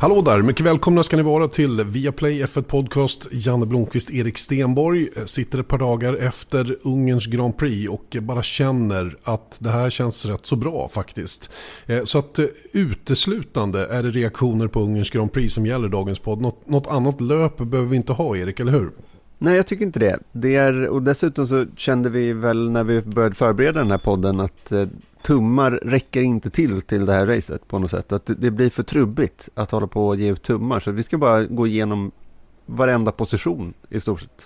Hallå där, mycket välkomna ska ni vara till Viaplay F1 Podcast. Janne Blomqvist, Erik Stenborg sitter ett par dagar efter Ungerns Grand Prix och bara känner att det här känns rätt så bra faktiskt. Så att uteslutande är det reaktioner på Ungerns Grand Prix som gäller dagens podd. Något annat löp behöver vi inte ha, Erik, eller hur? Nej, jag tycker inte det. Och dessutom så kände vi väl när vi började förbereda den här podden att tummar räcker inte till det här racet på något sätt. Att det blir för trubbigt att hålla på och ge ut tummar. Så vi ska bara gå igenom varenda position i stort sett.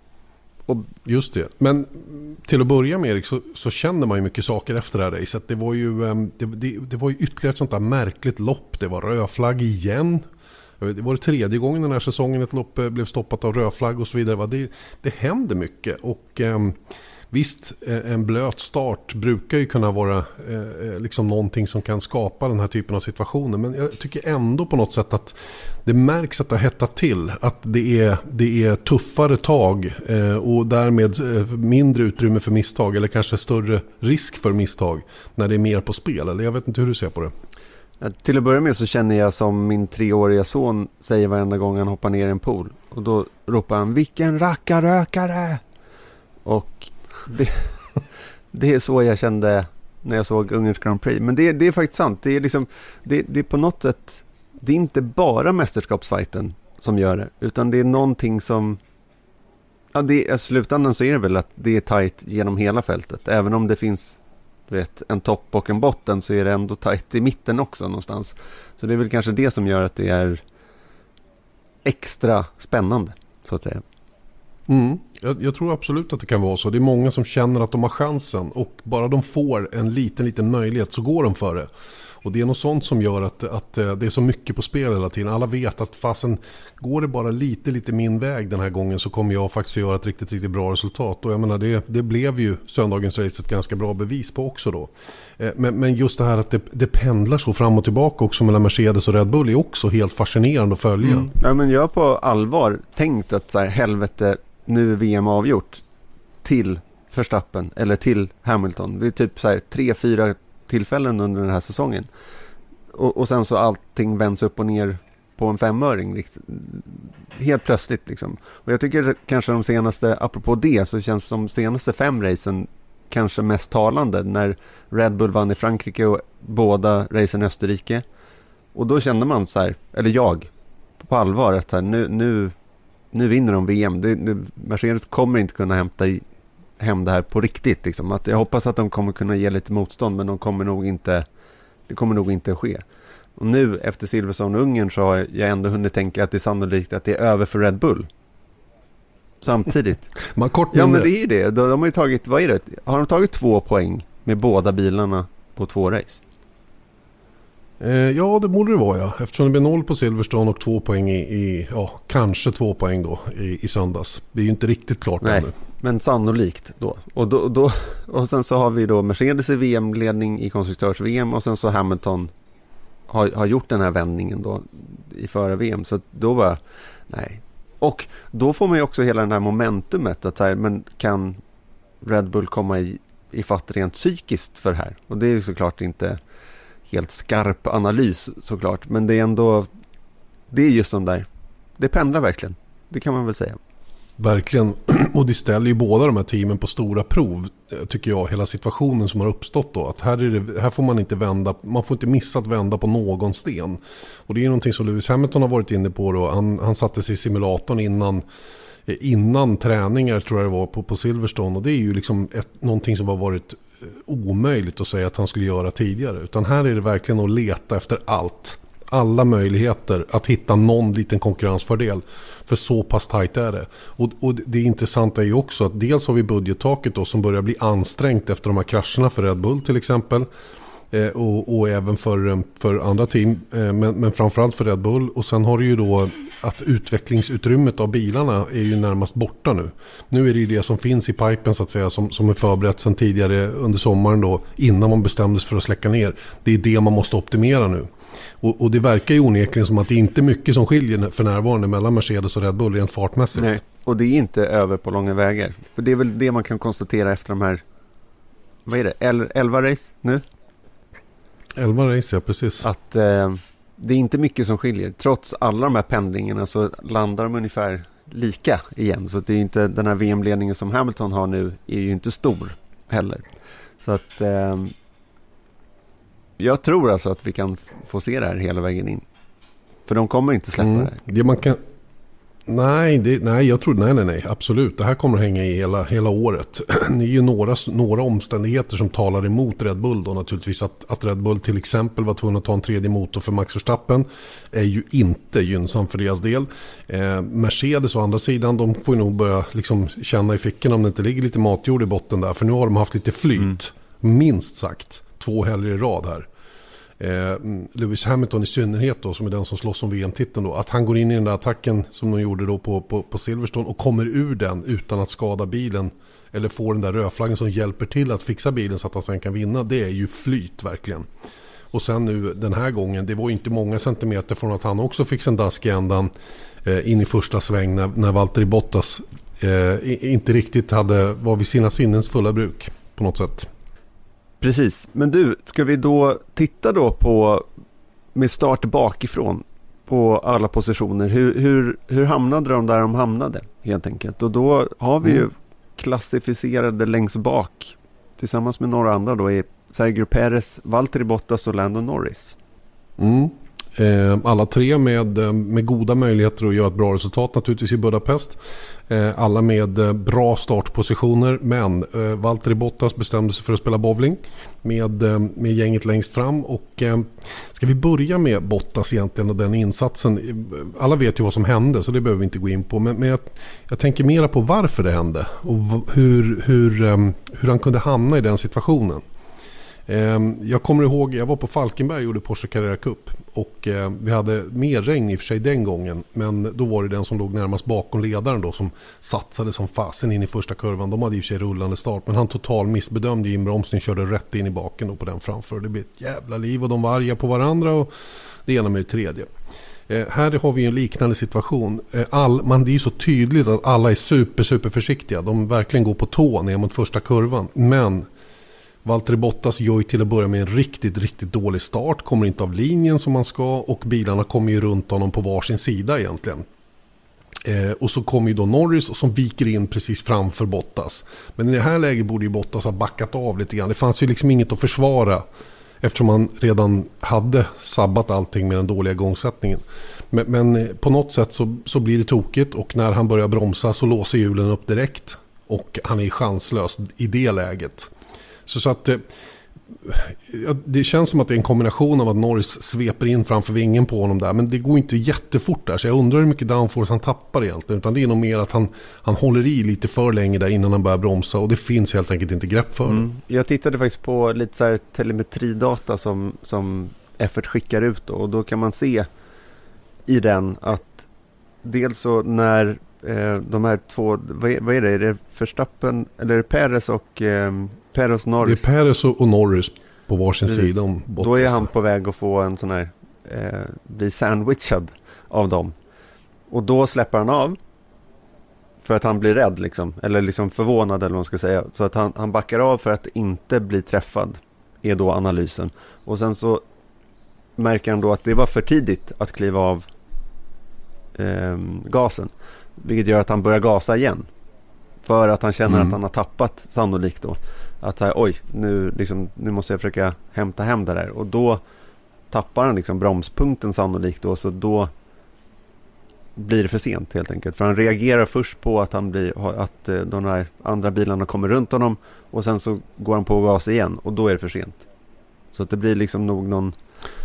Just det. Men till att börja med, Erik, så känner man ju mycket saker efter det här racet. Det var ju, det var ju ytterligare ett sånt där märkligt lopp. Det var rödflagg igen. Det var det tredje gången den här säsongen ett lopp blev stoppat av rödflagg och så vidare. Det händer mycket och visst, en blöt start brukar ju kunna vara liksom någonting som kan skapa den här typen av situationer. Men jag tycker ändå på något sätt att det märks att det har hettat till. Att det är tuffare tag och därmed mindre utrymme för misstag eller kanske större risk för misstag när det är mer på spel. Eller jag vet inte hur du ser på det. Till att börja med så känner jag som min 3-åriga son säger varenda gång han hoppar ner i en pool. Och då ropar han, vilken rackarökare! Och det är så jag kände när jag såg Ungerns Grand Prix. Men det är faktiskt sant. Det är liksom, det är på något sätt, det är inte bara mästerskapsfighten som gör det. Utan det är någonting som, ja, i slutändan så är det väl att det är tajt genom hela fältet. Även om det finns en topp och en botten så är det ändå tajt i mitten också någonstans. Så det är väl kanske det som gör att det är extra spännande, så att säga. Jag tror absolut att det kan vara så. Det är många som känner att de har chansen och bara de får en liten möjlighet så går de för det. Och det är något sånt som gör att det är så mycket på spel hela tiden. Alla vet att fasen går det bara lite min väg den här gången så kommer jag faktiskt göra ett riktigt bra resultat. Och jag menar det blev ju söndagens race ett ganska bra bevis på också då. Men just det här att det pendlar så fram och tillbaka också mellan Mercedes och Red Bull är också helt fascinerande att följa. Ja, men jag har på allvar tänkt att så här, helvete, nu är VM avgjort till Verstappen eller till Hamilton. Det är typ så här 3-4 tillfällen under den här säsongen. Och sen så allting vänds upp och ner på en 5-öring. Helt plötsligt liksom. Och jag tycker kanske de senaste, apropå det, så känns de senaste 5 racen kanske mest talande när Red Bull vann i Frankrike och båda racen i Österrike. Och då kände man så här, eller jag på allvar att här, nu vinner de VM. Mercedes kommer inte kunna hämta hem det här på riktigt liksom. Att jag hoppas att de kommer kunna ge lite motstånd, men det kommer nog inte att ske. Och nu efter Silverstone och Ungern så har jag ändå hunnit tänka att det är sannolikt att det är över för Red Bull samtidigt. Men det är ju det. De har ju tagit, vad är det? Har de tagit 2 poäng med båda bilarna på 2 race? Ja, det borde det vara, ja. Eftersom det blir 0 på Silverstone och 2 poäng kanske 2 poäng då i söndags. Det är ju inte riktigt klart ännu. Men sannolikt då. Och sen så har vi då Mercedes i VM-ledning i konstruktörs-VM och sen så Hamilton har gjort den här vändningen då i förra VM. Så då var nej. Och då får man ju också hela den här momentumet att så här, men kan Red Bull komma i fatt rent psykiskt för det här? Och det är ju såklart inte helt skarp analys såklart, men det är ändå, det är just de där, det pendlar verkligen, det kan man väl säga. Verkligen, och det ställer ju båda de här teamen på stora prov, tycker jag, hela situationen som har uppstått då, att här får man inte vända, man får inte missa att vända på någon sten. Och det är någonting som Lewis Hamilton har varit inne på då, han satte sig i simulatorn innan träningar tror jag det var på Silverstone, och det är ju liksom någonting som har varit omöjligt att säga att han skulle göra tidigare, utan här är det verkligen att leta efter alla möjligheter att hitta någon liten konkurrensfördel, för så pass tajt är det. Och det intressanta är ju också att dels har vi budgettaket då som börjar bli ansträngt efter de här krascherna för Red Bull till exempel, och även för andra team, men framförallt för Red Bull. Och sen har du ju då att utvecklingsutrymmet av bilarna är ju närmast borta nu. Nu är det ju det som finns i pipen så att säga, som är förberett sedan tidigare under sommaren då, innan man bestämdes för att släcka ner. Det är det man måste optimera nu. Och det verkar ju onekligen som att det inte är mycket som skiljer för närvarande mellan Mercedes och Red Bull rent fartmässigt. Nej, och det är inte över på långa vägar. För det är väl det man kan konstatera efter de här, vad är det, 11 race nu? 11 race, ja, precis. Att det är inte mycket som skiljer. Trots alla de här pendlingarna så landar de ungefär lika igen. Så det är inte, den här VM-ledningen som Hamilton har nu är ju inte stor heller. Så att jag tror alltså att vi kan få se det här hela vägen in. För de kommer inte släppa det. Det man kan... Nej, jag tror nej, absolut. Det här kommer att hänga i hela året. Det är ju några omständigheter som talar emot Red Bull då naturligtvis. Att Red Bull till exempel var tvungen att ta en tredje motor för Max Verstappen är ju inte gynnsam för deras del. Mercedes å andra sidan, de får ju nog börja liksom känna i fickorna om det inte ligger lite matjord i botten där. För nu har de haft lite flyt, minst sagt, 2 helger i rad här. Lewis Hamilton i synnerhet då, som är den som slåss om VM-titeln då, att han går in i den där attacken som de gjorde då på Silverstone och kommer ur den utan att skada bilen eller få den där rödflaggen som hjälper till att fixa bilen så att han sen kan vinna, det är ju flyt verkligen. Och sen nu den här gången, det var ju inte många centimeter från att han också fick en dask i ändan in i första sväng när Valtteri Bottas inte riktigt var vid sina sinnens fulla bruk på något sätt. Precis, men du, ska vi då titta då på med start bakifrån på alla positioner, hur hamnade de där de hamnade helt enkelt, och då har vi ju klassificerade längst bak tillsammans med några andra då är Sergio Perez, Valtteri Bottas och Lando Norris. Alla tre med goda möjligheter att göra ett bra resultat naturligtvis i Budapest. Alla med bra startpositioner, men Valtteri Bottas bestämde sig för att spela bowling med gänget längst fram. Och ska vi börja med Bottas egentligen och den insatsen? Alla vet ju vad som hände, så det behöver vi inte gå in på, men jag tänker mera på varför det hände och hur han kunde hamna i den situationen. Jag kommer ihåg, jag var på Falkenberg och gjorde Porsche Carrera Cup och vi hade mer regn i och för sig den gången, men då var det den som låg närmast bakom ledaren då som satsade som fasen in i första kurvan. De hade i och för sig rullande start, men han total missbedömde inbromsning, körde rätt in i baken då på den framför. Det blev ett jävla liv och de var arga på varandra och det ena med det tredje. Här har vi en liknande situation. Det är ju så tydligt att alla är super försiktiga. De verkligen går på tå ner mot första kurvan, men Valtteri Bottas gör ju till att börja med en riktigt dålig start, kommer inte av linjen som man ska och bilarna kommer ju runt honom på varsin sida egentligen. Och så kommer ju då Norris som viker in precis framför Bottas. Men i det här läget borde ju Bottas ha backat av lite grann. Det fanns ju liksom inget att försvara eftersom han redan hade sabbat allting med den dåliga gångsättningen. Men på något sätt så blir det tokigt och när han börjar bromsa så låser hjulen upp direkt och han är chanslös i det läget. Så att det känns som att det är en kombination av att Norris sveper in framför vingen på honom där. Men det går inte jättefort där, så jag undrar hur mycket downforce han tappar egentligen. Utan det är nog mer att han håller i lite för länge där innan han börjar bromsa. Och det finns helt enkelt inte grepp för det. Jag tittade faktiskt på lite så här telemetridata som F1 skickar ut då. Och då kan man se i den att dels så när de här två, vad är det? Är det Verstappen eller är det Perez och Perez Norris? Det är Perez och Norris på varsin sida om Bottas. Då är han på väg att få en sån här bli sandwichad av dem. Och då släpper han av för att han blir rädd liksom, eller liksom förvånad eller vad man ska säga. Så att han backar av för att inte bli träffad är då analysen. Och sen så märker han då att det var för tidigt att kliva av gasen. Vilket gör att han börjar gasa igen. För att han känner att han har tappat sannolikt då. Att här, oj, nu måste jag försöka hämta hem det där. Och då tappar han liksom bromspunkten sannolikt då. Så då blir det för sent helt enkelt. För han reagerar först på att de här andra bilarna kommer runt honom. Och sen så går han på gas igen. Och då är det för sent. Så att det blir liksom nog någon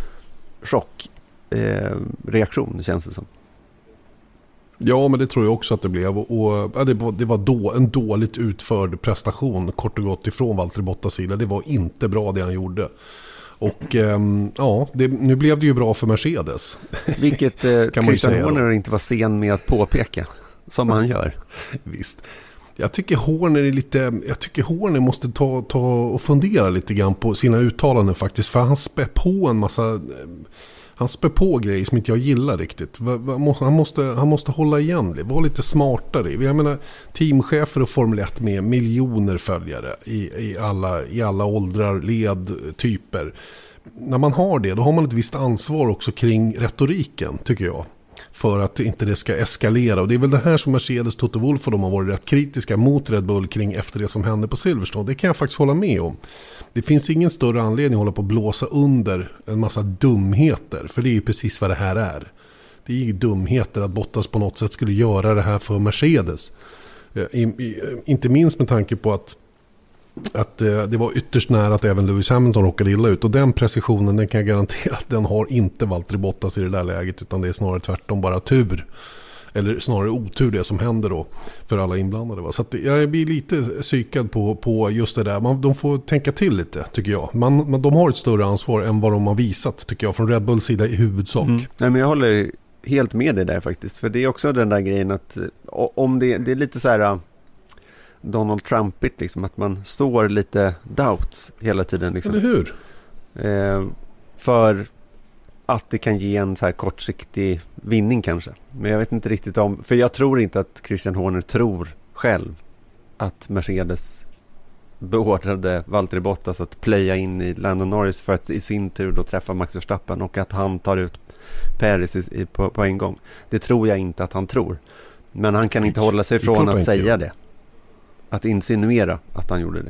chockreaktion känns det som. Ja, men det tror jag också att det blev. Och det var då en dåligt utförd prestation kort och gott ifrån Valtteri Bottas sida. Det var inte bra det han gjorde. Och nu blev det ju bra för Mercedes. Vilket Christian Horner inte var sen med att påpeka, som han gör. Visst. Jag tycker Horner måste ta och fundera lite grann på sina uttalanden faktiskt. För han spär på en massa... Han spär på grejer som inte jag gillar riktigt. Han måste hålla igen det. Var lite smartare. Jag menar, teamchefer och Formel 1 med miljoner följare i alla åldrar, led, typer. när man har det, då har man ett visst ansvar också kring retoriken, tycker jag. För att inte det ska eskalera. Och det är väl det här som Mercedes, Toto Wolff och de har varit rätt kritiska mot Red Bull kring efter det som hände på Silverstone. Det kan jag faktiskt hålla med om. Det finns ingen större anledning att hålla på att blåsa under en massa dumheter. För det är ju precis vad det här är. Det är ju dumheter att Bottas på något sätt skulle göra det här för Mercedes. Inte minst med tanke på att det var ytterst nära att även Lewis Hamilton råkade illa ut. Och den precisionen, den kan jag garantera att den har inte Valtteri Bottas i det där läget. Utan det är snarare tvärtom, bara tur. Eller snarare otur det som händer då för alla inblandade. Va? Så att jag blir lite psykad på just det där. De får tänka till lite, tycker jag. De har ett större ansvar än vad de har visat, tycker jag, från Red Bulls sida i huvudsak. Nej, men jag håller helt med dig där faktiskt. För det är också den där grejen att om det är lite så här Donald Trumpigt, liksom, att man sår lite doubts hela tiden. Liksom. Eller hur? För att det kan ge en så här kortsiktig vinning kanske. Men jag vet inte riktigt för jag tror inte att Christian Horner tror själv att Mercedes beordrade Valtteri Bottas att plöja in i Lando Norris för att i sin tur då träffa Max Verstappen och att han tar ut Perez på en gång. Det tror jag inte att han tror. Men han kan inte hålla sig från att säga det. Att insinuera att han gjorde det.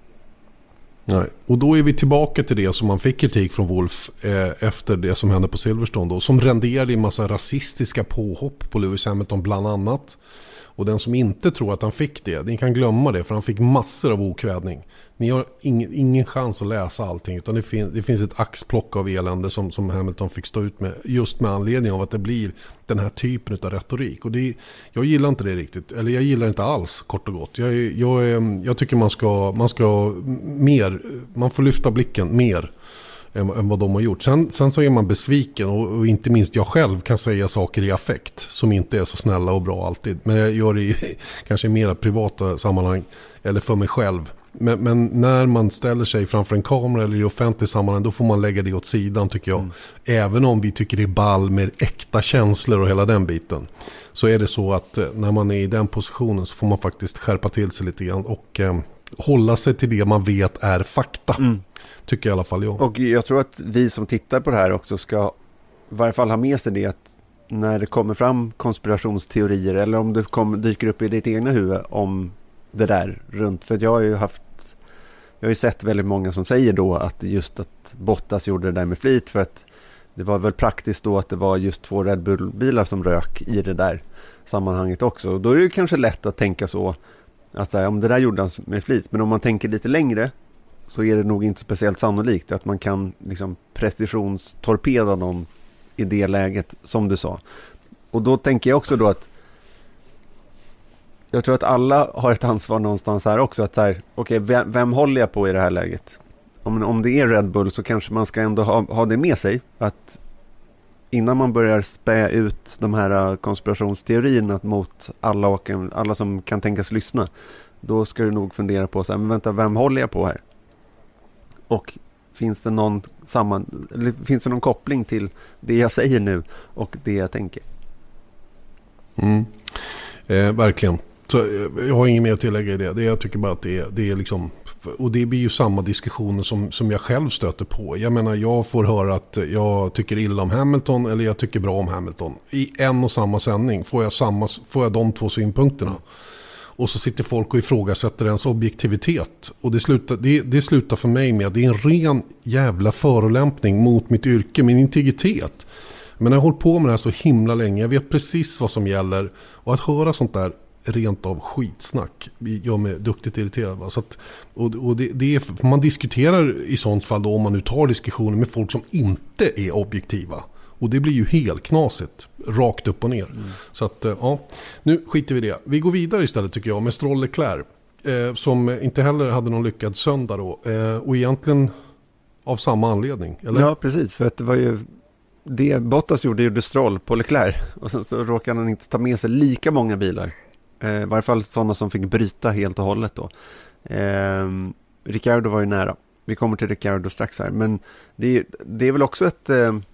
Nej. Och då är vi tillbaka till det som man fick kritik från Wolff efter det som hände på Silverstone då, som renderade i massa rasistiska påhopp på Lewis Hamilton bland annat. Och den som inte tror att han fick det, ni kan glömma det, för han fick massor av okvädning. Ni har ingen chans att läsa allting, utan det finns ett axplock av elände som Hamilton fick stå ut med, just med anledning av att det blir den här typen av retorik. Och jag gillar inte det riktigt, eller jag gillar inte alls, kort och gott. Jag tycker man ska mer, man får lyfta blicken mer än vad de har gjort. Sen så är man besviken, och inte minst jag själv kan säga saker i affekt som inte är så snälla och bra alltid. Men jag gör det i kanske mera privata sammanhang eller för mig själv. Men när man ställer sig framför en kamera eller i offentlig sammanhang, då får man lägga det åt sidan, tycker jag. Även om vi tycker det är ball med äkta känslor och hela den biten, så är det så att när man är i den positionen så får man faktiskt skärpa till sig lite grann och hålla sig till det man vet är fakta. Tycker i alla fall jag. Och jag tror att vi som tittar på det här också ska i varje fall ha med sig det, att när det kommer fram konspirationsteorier eller om det dyker upp i ditt egna huvud om det där runt. För jag har ju sett väldigt många som säger då att just att Bottas gjorde det där med flit, för att det var väl praktiskt då att det var just 2 Red Bull-bilar som rök i det där sammanhanget också. Och då är det ju kanske lätt att tänka så att säga, om det där gjorde han med flit. Men om man tänker lite längre så är det nog inte speciellt sannolikt att man kan liksom precisionstorpeda någon i det läget, som du sa. Och då tänker jag också då att jag tror att alla har ett ansvar någonstans här också, att så här, okej, vem håller jag på i det här läget? Om det är Red Bull så kanske man ska ändå ha det med sig, att innan man börjar spä ut de här konspirationsteorierna mot alla som kan tänkas lyssna, då ska du nog fundera på så här, men vänta, vem håller jag på här? Och finns det någon koppling till det jag säger nu och det jag tänker? Verkligen. Så jag har inget mer att tillägga i det. Jag tycker bara att det är liksom, och det blir ju samma diskussioner som jag själv stöter på. Jag menar, jag får höra att jag tycker illa om Hamilton eller jag tycker bra om Hamilton. I en och samma sändning får jag de 2 synpunkterna. Och så sitter folk och ifrågasätter ens objektivitet. Och det slutar för mig med att det är en ren jävla förolämpning mot mitt yrke, min integritet. Men jag har hållit på med det här så himla länge. Jag vet precis vad som gäller. Och att höra sånt där rent av skitsnack gör mig duktigt irriterad. Va? Så att, och det är, man diskuterar i sånt fall då, om man nu tar diskussioner med folk som inte är objektiva. Och det blir ju helt knasigt. Rakt upp och ner. Så att, ja. Nu skiter vi det. Vi går vidare istället, tycker jag, med Stroll Leclerc. Som inte heller hade någon lyckad söndag då. Och egentligen av samma anledning, eller? Ja, precis. För att det var ju det Bottas gjorde Stroll på Leclerc. Och sen så råkade han inte ta med sig lika många bilar. I varje fall sådana som fick bryta helt och hållet då. Ricciardo var ju nära. Vi kommer till Ricciardo strax här. Men det är väl också ett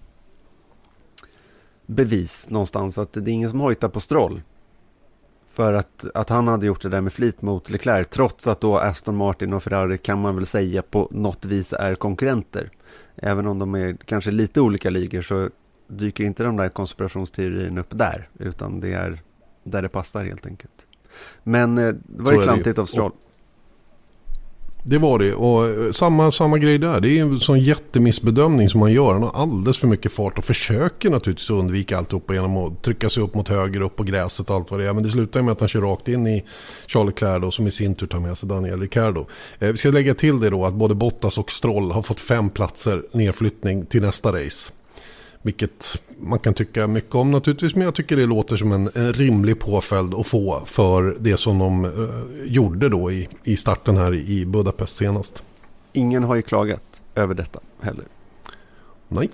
bevis någonstans att det är ingen som hojtar på Stroll. För att han hade gjort det där med flit mot Leclerc. Trots att då Aston Martin och Ferrari, kan man väl säga, på något vis är konkurrenter. även om de är kanske lite olika ligor så dyker inte de där konspirationsteorierna upp där, utan det är där det passar helt enkelt. Men det var ju klantigt av Stroll. Det var det, och samma grej där. Det är en sån jättemissbedömning som man gör. Han har alldeles för mycket fart och försöker naturligtvis undvika alltihopa genom att trycka sig upp mot höger, upp på gräset och allt vad det är. Men det slutar med att han kör rakt in i Charles Leclerc då, som i sin tur tar med sig Daniel Ricciardo. Vi ska lägga till det då att både Bottas och Stroll har fått 5 platser nedflyttning till nästa race. Vilket man kan tycka mycket om naturligtvis, men jag tycker det låter som en rimlig påföljd att få för det som de gjorde då i starten här i Budapest senast. Ingen har ju klagat över detta heller. Nej.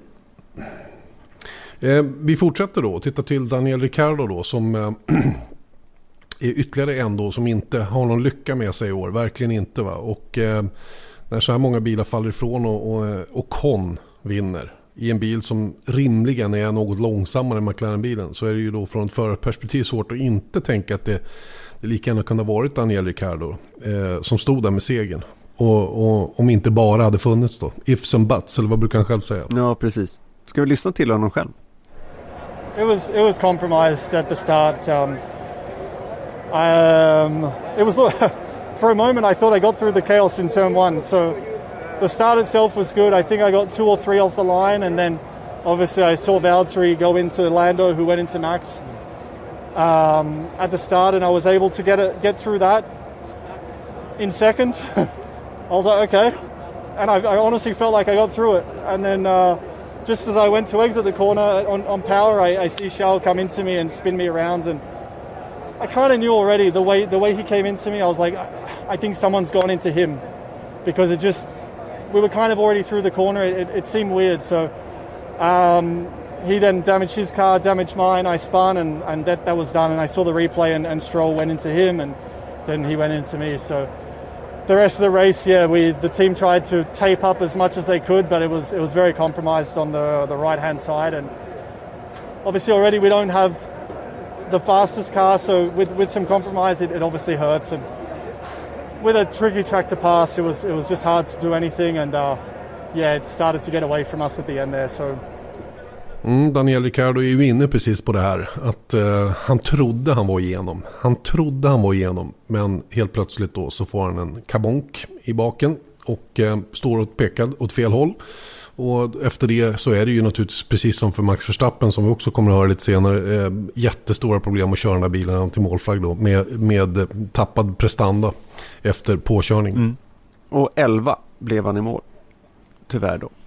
Vi fortsätter då och tittar till Daniel Ricciardo då, som är ytterligare en då som inte har någon lycka med sig i år, verkligen inte va. Och när så här många bilar faller ifrån och Con vinner i en bil som rimligen är något långsammare än McLaren-bilen, så är det ju då från ett förarperspektiv svårt att inte tänka att det lika gärna kunde ha varit Daniel Ricciardo som stod där med segern. Och om inte bara hade funnits då. Ifs and buts, eller vad brukar han själv säga? Ja, precis. Ska vi lyssna till honom själv? It was compromised at the start. It was for a moment I thought I got through the chaos in turn 1, so the start itself was good. I think I got 2 or 3 off the line, and then obviously I saw Valtteri go into Lando, who went into Max at the start, and I was able to get through that in second. I was like, okay, and I honestly felt like I got through it. And then just as I went to exit the corner on power, I see Charles come into me and spin me around, and I kind of knew already the way he came into me. I was like, I think someone's gone into him, because we were kind of already through the corner. It seemed weird. So he then damaged his car, damaged mine. I spun, and that was done. And I saw the replay, and Stroll went into him, and then he went into me. So the rest of the race, the team tried to tape up as much as they could, but it was very compromised on the right-hand side. And obviously already we don't have the fastest car, so with some compromise, it obviously hurts. And with a tricky track to pass, it was just hard to do anything, and it started to get away from us at the end there. So Daniel Ricciardo är ju inne precis på det här, att han trodde han var igenom, men helt plötsligt då så får han en kabonk i baken och står och pekar åt fel håll. Och efter det så är det ju naturligtvis precis som för Max Verstappen, som vi också kommer att höra lite senare, jättestora problem att köra den här bilen till målflagg då, med tappad prestanda efter påkörning. Och 11 blev han i mål, tyvärr då.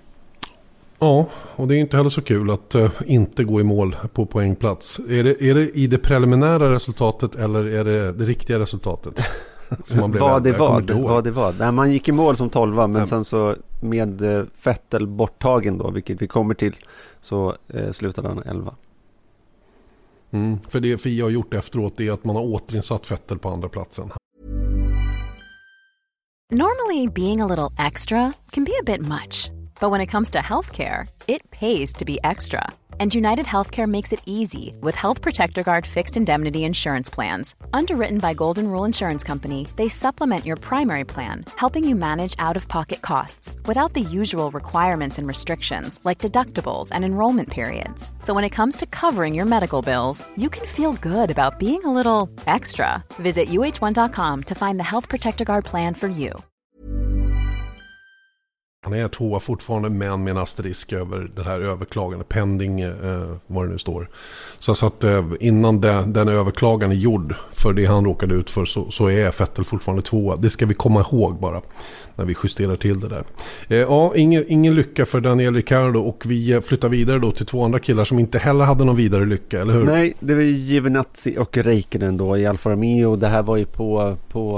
Ja, och det är inte heller så kul att inte gå i mål på poängplats. Är det i det preliminära resultatet, eller är det riktiga resultatet? Vad det var. Nej, man gick i mål som 12, men sen så med Vettel borttagen då, vilket vi kommer till, så slutade han 11. För det FIA har gjort efteråt är att man har återinsatt Vettel på andra platsen. Normally, being a little extra can be a bit much. But when it comes to healthcare, it pays to be extra. And United Healthcare makes it easy with Health Protector Guard fixed indemnity insurance plans. Underwritten by Golden Rule Insurance Company, they supplement your primary plan, helping you manage out-of-pocket costs without the usual requirements and restrictions like deductibles and enrollment periods. So when it comes to covering your medical bills, you can feel good about being a little extra. Visit uh1.com to find the Health Protector Guard plan for you. Han är 2 fortfarande, men med en asterisk över det här överklagande, pending vad det nu står. Så att innan den överklagan är gjord för det han råkade ut för, så är Vettel fortfarande 2. Det ska vi komma ihåg bara när vi justerar till det där. Ingen lycka för Daniel Ricciardo, och vi flyttar vidare då till 2 andra killar som inte heller hade någon vidare lycka, eller hur? Nej, det var ju Giovinazzi och Räikkönen då i Alfa Romeo. Det här var ju på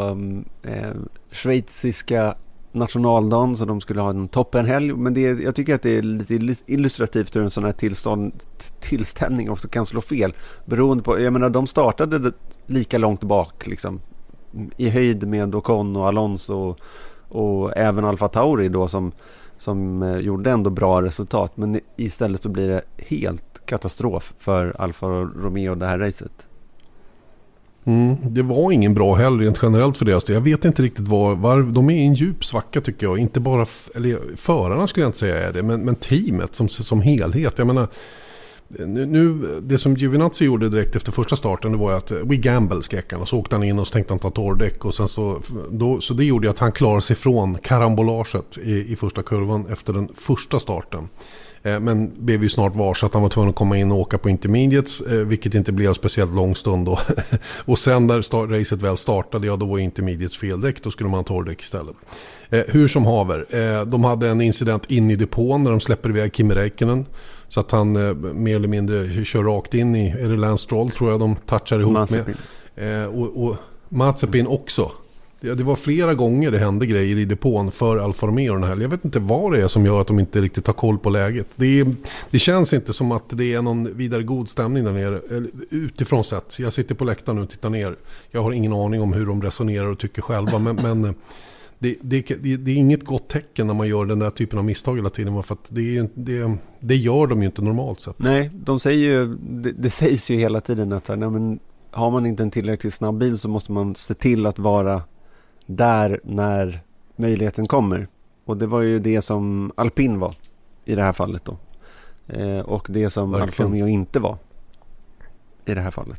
schweiziska nationaldagen, så de skulle ha en toppenhelg, men jag tycker att det är lite illustrativt hur en sån här tillställning också kan slå fel, beroende på, jag menar, de startade lika långt bak liksom, i höjd med Ocon och Alonso och även Alfa Tauri då, som gjorde ändå bra resultat, men istället så blir det helt katastrof för Alfa Romeo det här racet. Det var ingen bra helg rent generellt för deras del. Jag vet inte riktigt var de är i en djup svacka tycker jag. Inte bara eller förarna skulle jag inte säga är det, men teamet som helhet. Jag menar, nu, det som Giovinazzi gjorde direkt efter första starten, det var att we gamble skrek han, och så åkte han in och så tänkte han ta torrdäck, och sen så det gjorde att han klarade sig från karambolaget i första kurvan efter den första starten. Men blev ju snart varse att han var tvungen att komma in och åka på intermediates, vilket inte blev speciellt lång stund då. Och sen när racet väl startade, då var intermediates feldäck, då skulle man ha torrdäck istället. Hur som haver, de hade en incident in i depån när de släpper iväg Kimi Räikkönen, så att han mer eller mindre kör rakt in i, är det Lance Stroll tror jag de touchar ihop Mazepin. Med. Och Mazepin också. Det var flera gånger det hände grejer i depån för Alfa Romeo den här. Jag vet inte vad det är som gör att de inte riktigt har koll på läget. Det känns inte som att det är någon vidare god stämning där nere. Utifrån sett. Jag sitter på läktaren nu och tittar ner. Jag har ingen aning om hur de resonerar och tycker själva. Men det är inget gott tecken när man gör den där typen av misstag hela tiden. För att det gör de ju inte normalt sett. Nej, de säger ju, det sägs ju hela tiden att så här, nej, men har man inte en tillräckligt snabb bil så måste man se till att vara där när möjligheten kommer. Och det var ju det som Alpin var i det här fallet då. Och det som Alfa Romeo inte var i det här fallet.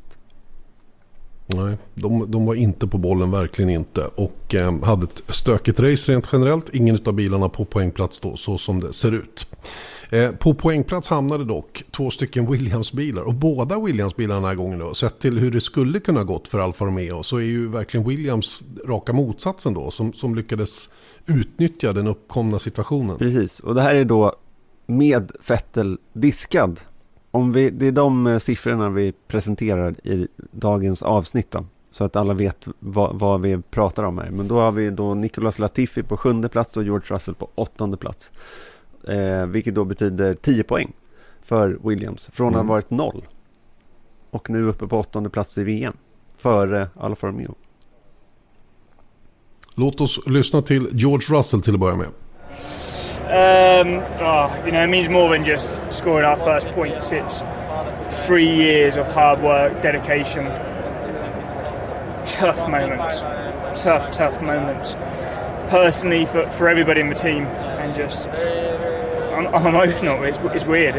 Nej, de var inte på bollen, verkligen inte. Och hade ett stökigt race rent generellt. Ingen av bilarna på poängplats då, så som det ser ut. På poängplats hamnade dock 2 stycken Williams-bilar. Och båda Williams-bilarna den här gången då, sett till hur det skulle kunna gått för Alfa Romeo, så är ju verkligen Williams raka motsatsen då, som lyckades utnyttja den uppkomna situationen. Precis, och det här är då med Vettel diskad. Det är de siffrorna vi presenterar i dagens avsnitt då, så att alla vet vad vi pratar om här. Men då har vi då Nicolas Latifi på 7:e plats och George Russell på 8:e plats. Vilket då betyder 10 poäng för Williams från att ha varit 0 och nu uppe på 8:e plats i VM före Alfa Romeo. Låt oss lyssna till George Russell till att börja med. It means more than just scoring our first points. It's 3 years of hard work, dedication, tough moments. Personally, for everybody in the team, and just I'm emotional. It's weird.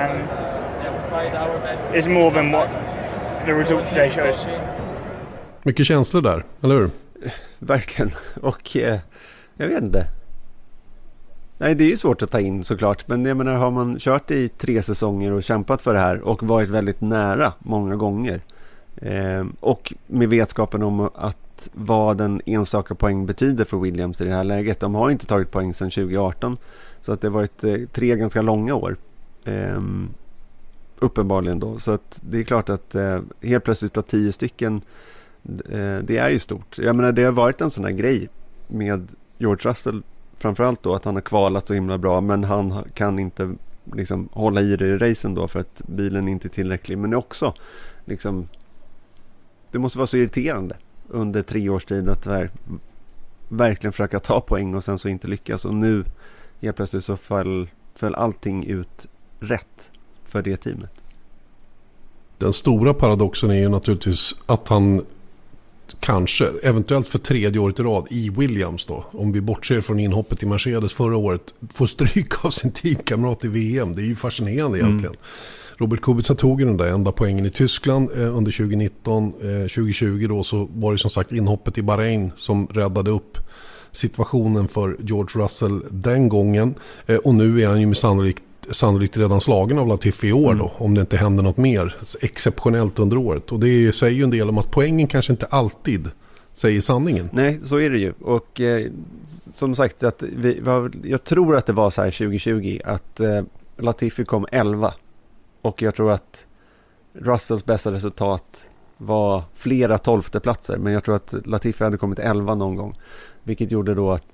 It's more than what the result today shows. Mycket känslor där, eller hur? Verkligen. Och jag vet inte. Nej, det är ju svårt att ta in såklart. Men jag menar, har man kört i 3 säsonger och kämpat för det här och varit väldigt nära många gånger. Och med vetskapen om att vad den enstaka poäng betyder för Williams i det här läget. De har inte tagit poäng sedan 2018. Så att det har varit 3 ganska långa år. Uppenbarligen då. Så att det är klart att helt plötsligt av 10 stycken, det är ju stort. Jag menar, det har varit en sån här grej med George Russell. Framförallt då att han har kvalat så himla bra, men han kan inte liksom hålla i det i racen då för att bilen inte är tillräcklig. Men också liksom, det måste vara så irriterande under 3 års tid att verkligen försöka ta poäng och sen så inte lyckas. Och nu helt plötsligt så föll allting ut rätt för det teamet. Den stora paradoxen är ju naturligtvis att han kanske, eventuellt för 3:e året i rad i Williams då, om vi bortser från inhoppet i Mercedes förra året, får stryka av sin teamkamrat i VM. Det är ju fascinerande egentligen. Robert Kubica tog den där enda poängen i Tyskland under 2019. 2020 då så var det som sagt inhoppet i Bahrain som räddade upp situationen för George Russell den gången. Och nu är han ju sannolikt redan slagen av Latifi i år då, om det inte händer något mer exceptionellt under året. Och det säger ju en del om att poängen kanske inte alltid säger sanningen. Nej, så är det ju. Och som sagt, att jag tror att det var så här 2020 att Latifi kom 11. Och jag tror att Russells bästa resultat var flera 12:e platser. Men jag tror att Latifi hade kommit 11 någon gång. Vilket gjorde då att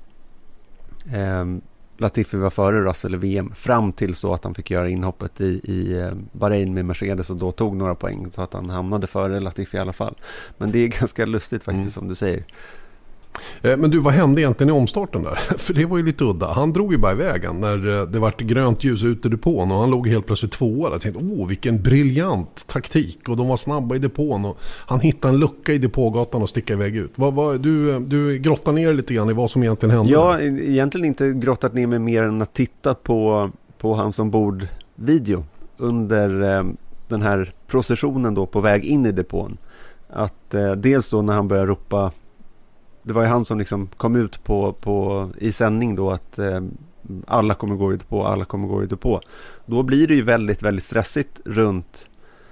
Latifi var före Russell i VM fram till så att han fick göra inhoppet i Bahrain med Mercedes och då tog några poäng så att han hamnade före Latifi i alla fall. Men det är ganska lustigt faktiskt som du säger. Men du, vad hände egentligen i omstarten där? För det var ju lite udda. Han drog ju bara i vägen när det var grönt ljus ute i depån och han låg helt plötsligt tvåa. Jag tänkte, vilken briljant taktik, och de var snabba i depån och han hittade en lucka i depågatan och stickade iväg ut. Du grottar ner lite grann i vad som egentligen hände? Jag har egentligen inte grottat ner mig mer än att titta på hans ombord-video under den här processionen då på väg in i depån. Att dels då när han började ropa, det var ju han som liksom kom ut i sändning då att alla kommer gå ut på, alla kommer gå ut på. Då blir det ju väldigt, väldigt stressigt runt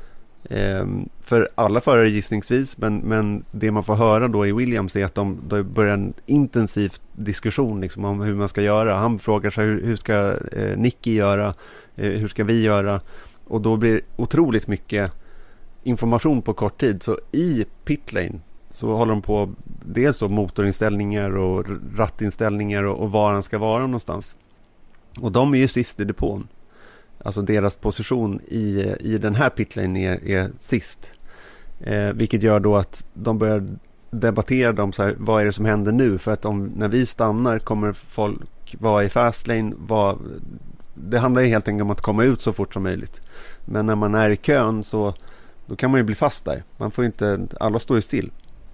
för alla förare gissningsvis, men det man får höra då i Williams är att de börjar en intensiv diskussion liksom om hur man ska göra. Han frågar sig hur ska Nicky göra, hur ska vi göra, och då blir otroligt mycket information på kort tid. Så i pitlane så håller de på dels då motorinställningar och rattinställningar och var han ska vara någonstans. Och de är ju sist i depån. Alltså deras position i den här pitlane är sist. Vilket gör då att de börjar debattera dem så här, vad är det som händer nu? För att när vi stannar kommer folk vara i fastlane. Det handlar ju helt enkelt om att komma ut så fort som möjligt. Men när man är i kön så då kan man ju bli fast där. Man får inte, alla står ju still.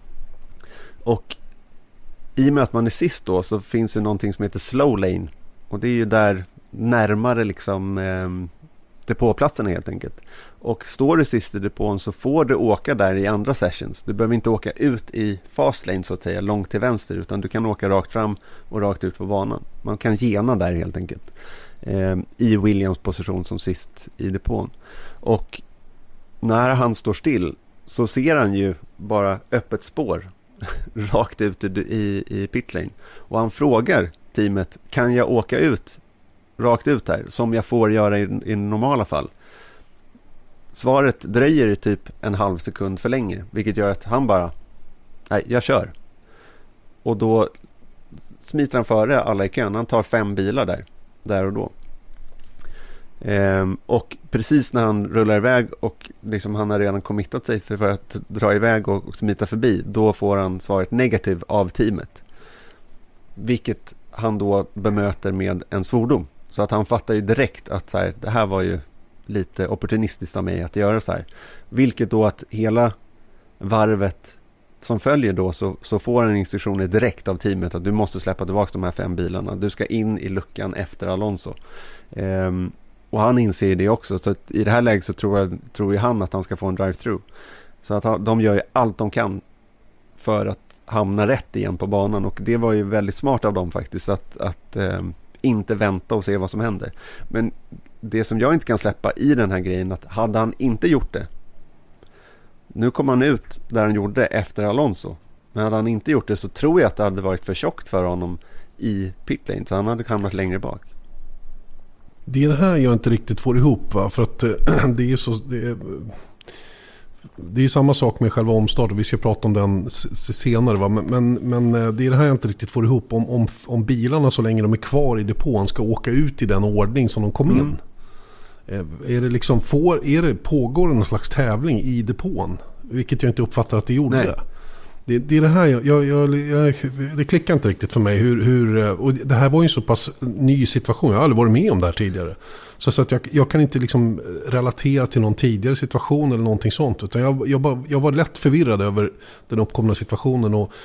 Och i och med att man är sist då så finns det någonting som heter slow lane. Och det är ju där närmare liksom depåplatsen helt enkelt. Och står du sist i depån så får du åka där i andra sessions. Du behöver inte åka ut i fast lane så att säga, långt till vänster, utan du kan åka rakt fram och rakt ut på banan. Man kan gena där helt enkelt. I Williams position som sist i depån. Och när han står still så ser han ju bara öppet spår rakt ut i pitlane. Och han frågar teamet, kan jag åka ut rakt ut här som jag får göra i normala fall? Svaret dröjer typ en halv sekund för länge, vilket gör att han bara, nej, jag kör. Och då smiter han före alla i kön. Han tar 5 bilar där och då. Och precis när han rullar iväg och liksom han har redan committat sig för att dra iväg och smita förbi, då får han svaret negativ av teamet, vilket han då bemöter med en svordom. Så att han fattar ju direkt att så här, det här var ju lite opportunistiskt av mig att göra så här, vilket då att hela varvet som följer då så får han instruktioner direkt av teamet att du måste släppa tillbaka de här 5 bilarna, du ska in i luckan efter Alonso. Och han inser det också, så att i det här läget så tror ju han att han ska få en drive-through. Så att de gör ju allt de kan för att hamna rätt igen på banan, och det var ju väldigt smart av dem faktiskt att inte vänta och se vad som händer. Men det som jag inte kan släppa i den här grejen, att hade han inte gjort det, nu kom han ut där han gjorde efter Alonso, men hade han inte gjort det så tror jag att det hade varit för tjockt för honom i pitlane, så han hade hamnat längre bak. Det är det här jag inte riktigt får ihop, va? För att det är så... Det är samma sak med själva omstarten. Vi ska prata om den senare, va? Men det är det här jag inte riktigt får ihop. Om bilarna så länge de är kvar i depån ska åka ut i den ordning som de kom in. Är det liksom pågår det någon slags tävling i depån? Vilket jag inte uppfattar att det gjorde. Nej. Det är det här det klickar inte riktigt för mig och det här var ju en så pass ny situation. Jag har aldrig varit med om det här tidigare. Så att jag kan inte liksom relatera till någon tidigare situation eller någonting sånt, utan jag var lätt förvirrad över den uppkomna situationen, och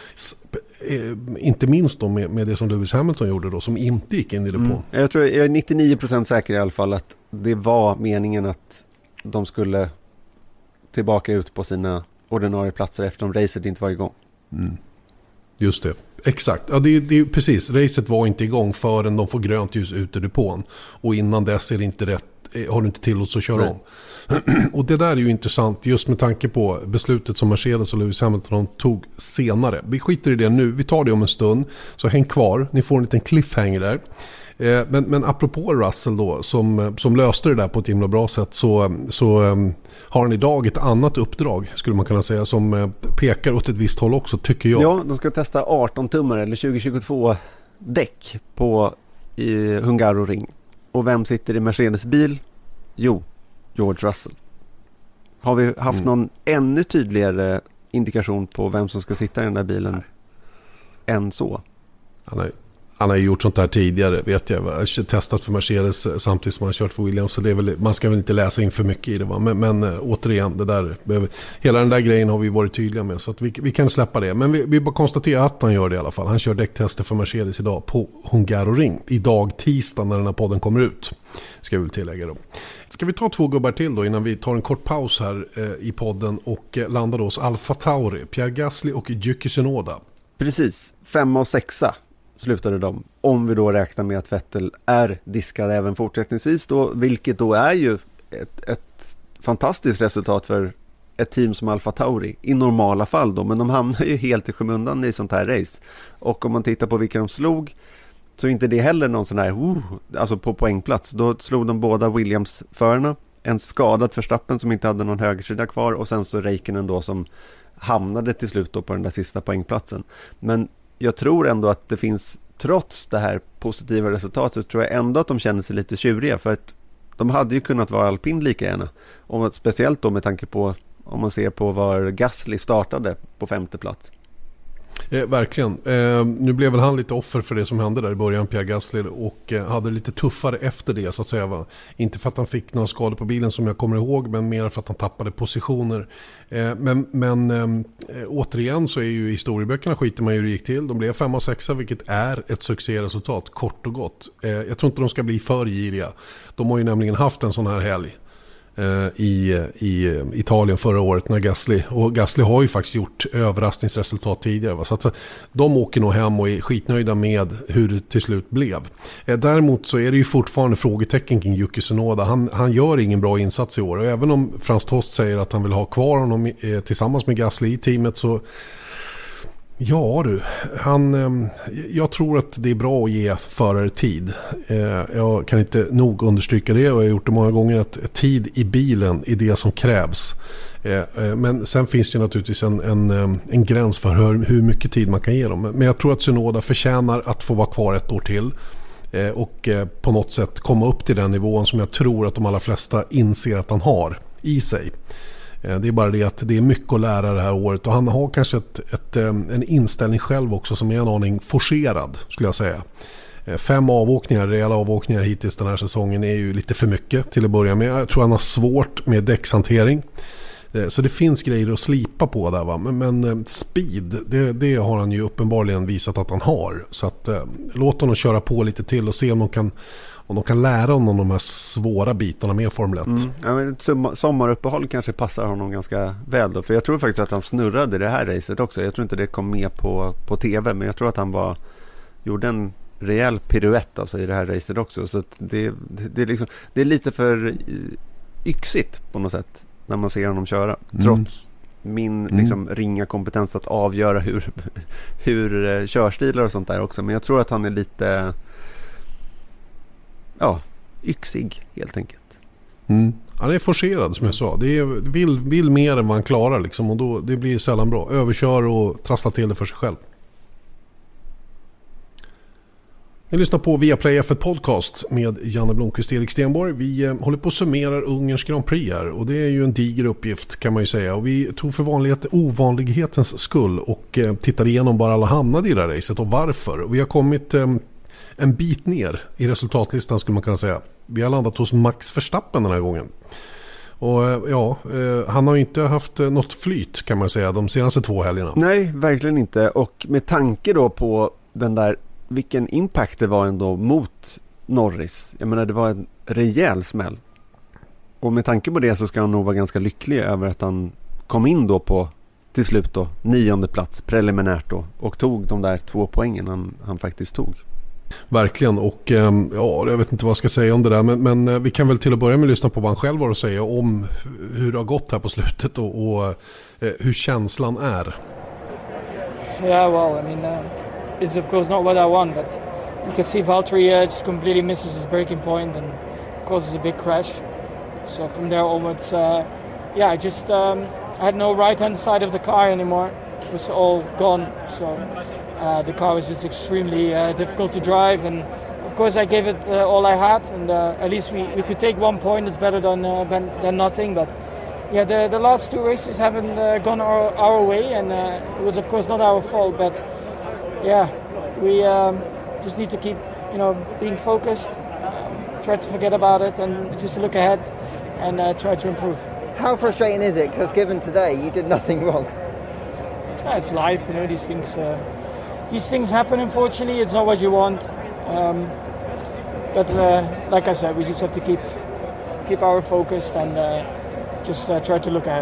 inte minst då med det som Lewis Hamilton gjorde då, som inte gick in i depån. Jag tror jag är 99% säker i alla fall att det var meningen att de skulle tillbaka ut på sina ordinarie platser eftersom racet inte var igång. Just det, exakt. Ja, det är precis. Racet var inte igång förrän de får grönt ljus ut ur depån. Och innan dess är det inte rätt, har du inte tillåtelse att köra om. Och det där är ju intressant just med tanke på beslutet som Mercedes och Lewis Hamilton tog senare. Vi skiter i det nu, vi tar det om en stund. Så häng kvar, ni får en liten cliffhanger där. Men apropå Russell då, som löste det där på ett himla bra sätt, så har han idag ett annat uppdrag, skulle man kunna säga, som pekar åt ett visst håll också, tycker jag. Ja, de ska testa 18-tummare eller 2022 däck i Hungaroring. Och vem sitter i Mercedes bil? Jo, George Russell. Har vi haft någon ännu tydligare indikation på vem som ska sitta i den där bilen? än så. Han har ju gjort sånt här tidigare, vet jag. Jag har testat för Mercedes samtidigt som han har kört för Williams. Så det är väl, man ska väl inte läsa in för mycket i det. Va? Men återigen, hela den där grejen har vi varit tydliga med. Så att vi kan släppa det. Men vi bara konstaterar att han gör det i alla fall. Han kör däcktester för Mercedes idag på Hungaroring. Idag tisdag när den här podden kommer ut. Ska vi väl tillägga då. Ska vi ta 2 gubbar till då innan vi tar en kort paus här i podden. Och landar då hos Alfa Tauri, Pierre Gasly och Yuki Tsunoda. Precis, 5 och 6 slutade de. Om vi då räknar med att Vettel är diskad även fortsättningsvis då, vilket då är ju ett fantastiskt resultat för ett team som Alfa Tauri i normala fall då, men de hamnar ju helt i skymundan i sånt här race. Och om man tittar på vilka de slog så är inte det heller någon sån här alltså på poängplats. Då slog de båda Williams-förarna, en skadad Verstappen som inte hade någon högersida kvar och sen så Räikkönen då som hamnade till slut då på den där sista poängplatsen. Men jag tror ändå att det finns, trots det här positiva resultatet, tror jag ändå att de känner sig lite tjuriga, för att de hade ju kunnat vara alpin lika gärna. Och speciellt då med tanke på, om man ser på var Gasly startade på 5:e plats. Verkligen. Nu blev väl han lite offer för det som hände där i början, Pierre Gasly, och hade lite tuffare efter det så att säga. Va? Inte för att han fick några skador på bilen som jag kommer ihåg, men mer för att han tappade positioner. Men återigen så är ju historieböckerna skiter man ju hur det gick till. De blev 5 och 6, vilket är ett succéresultat, kort och gott. Jag tror inte de ska bli för giriga. De har ju nämligen haft en sån här helg i Italien förra året när Gasly har ju faktiskt gjort överraskningsresultat tidigare, va? Så att de åker nog hem och är skitnöjda med hur det till slut blev. Däremot så är det ju fortfarande frågetecken kring Yuki Tsunoda. Han gör ingen bra insats i år, och även om Frans Tost säger att han vill ha kvar honom tillsammans med Gasly i teamet, så ja du, jag tror att det är bra att ge förare tid. Jag kan inte nog understryka det, och jag har gjort det många gånger, att tid i bilen är det som krävs. Men sen finns det naturligtvis en gräns för hur mycket tid man kan ge dem. Men jag tror att Tsunoda förtjänar att få vara kvar ett år till och på något sätt komma upp till den nivån som jag tror att de allra flesta inser att han har i sig. Det är bara det att det är mycket att lära det här året, och han har kanske en inställning själv också som är en aning forcerad, skulle jag säga. 5 avåkningar, rejäla avåkningar hittills den här säsongen är ju lite för mycket till att börja med. Jag tror han har svårt med däckshantering. Så det finns grejer att slipa på där, va? Men speed, det har han ju uppenbarligen visat att han har. Så att låt honom köra på lite till och se om de kan lära honom de här svåra bitarna med Formel 1. Ja, men sommaruppehåll kanske passar honom ganska väl då. För jag tror faktiskt att han snurrade det här racet också. Jag tror inte det kom med på tv, men jag tror att han gjorde en rejäl piruett alltså i det här racet också. Så att det är lite för yxigt på något sätt när man ser honom köra. Trots min ringa kompetens att avgöra hur körstilar och sånt där också. Men jag tror att han är lite yxig helt enkelt. Han är forcerad som jag sa. Det är, vill mer än vad han klarar liksom, och då, det blir sällan bra. Överkör och trasslar till det för sig själv. Ni lyssnar på Viaplay F1 Podcast med Janne Blomqvist och Erik Stenborg. Vi håller på att summera Ungerns Grand Prix här, och det är ju en diger uppgift kan man ju säga. Och vi tog för ovanlighetens skull och tittade igenom bara alla hamnade i det här racet och varför. Och vi har kommit en bit ner i resultatlistan skulle man kunna säga. Vi har landat hos Max Verstappen den här gången. Och han har ju inte haft något flyt kan man säga de senaste 2 helgerna. Nej, verkligen inte. Och med tanke då på den där, vilken impact det var ändå mot Norris. Jag menar, det var en rejäl smäll. Och med tanke på det så ska han nog vara ganska lycklig över att han kom in då på till slut då 9:e plats preliminärt då, och tog de där 2 poängen han faktiskt tog. Verkligen, och jag vet inte vad jag ska säga om det där, men vi kan väl till att börja med lyssna på vad han själv har att säga om hur det har gått här på slutet och hur känslan är. Yeah, well, I mean, it's of course not what I want, but you can see Valtteri just completely misses his braking point and causes a big crash. So from there onwards, I just I had no right-hand side of the car anymore. It was all gone, so the car was just extremely difficult to drive, and of course I gave it all I had, and at least we could take 1 point. It's better than nothing, but yeah, the last 2 races haven't gone our way, and it was of course not our fault, but we just need to keep, being focused, try to forget about it and just look ahead and try to improve. How frustrating is it? Because given today, you did nothing wrong. It's life, these things happen, unfortunately. It's not what you want. But like I said, we just have to keep our focus and just try to look ahead.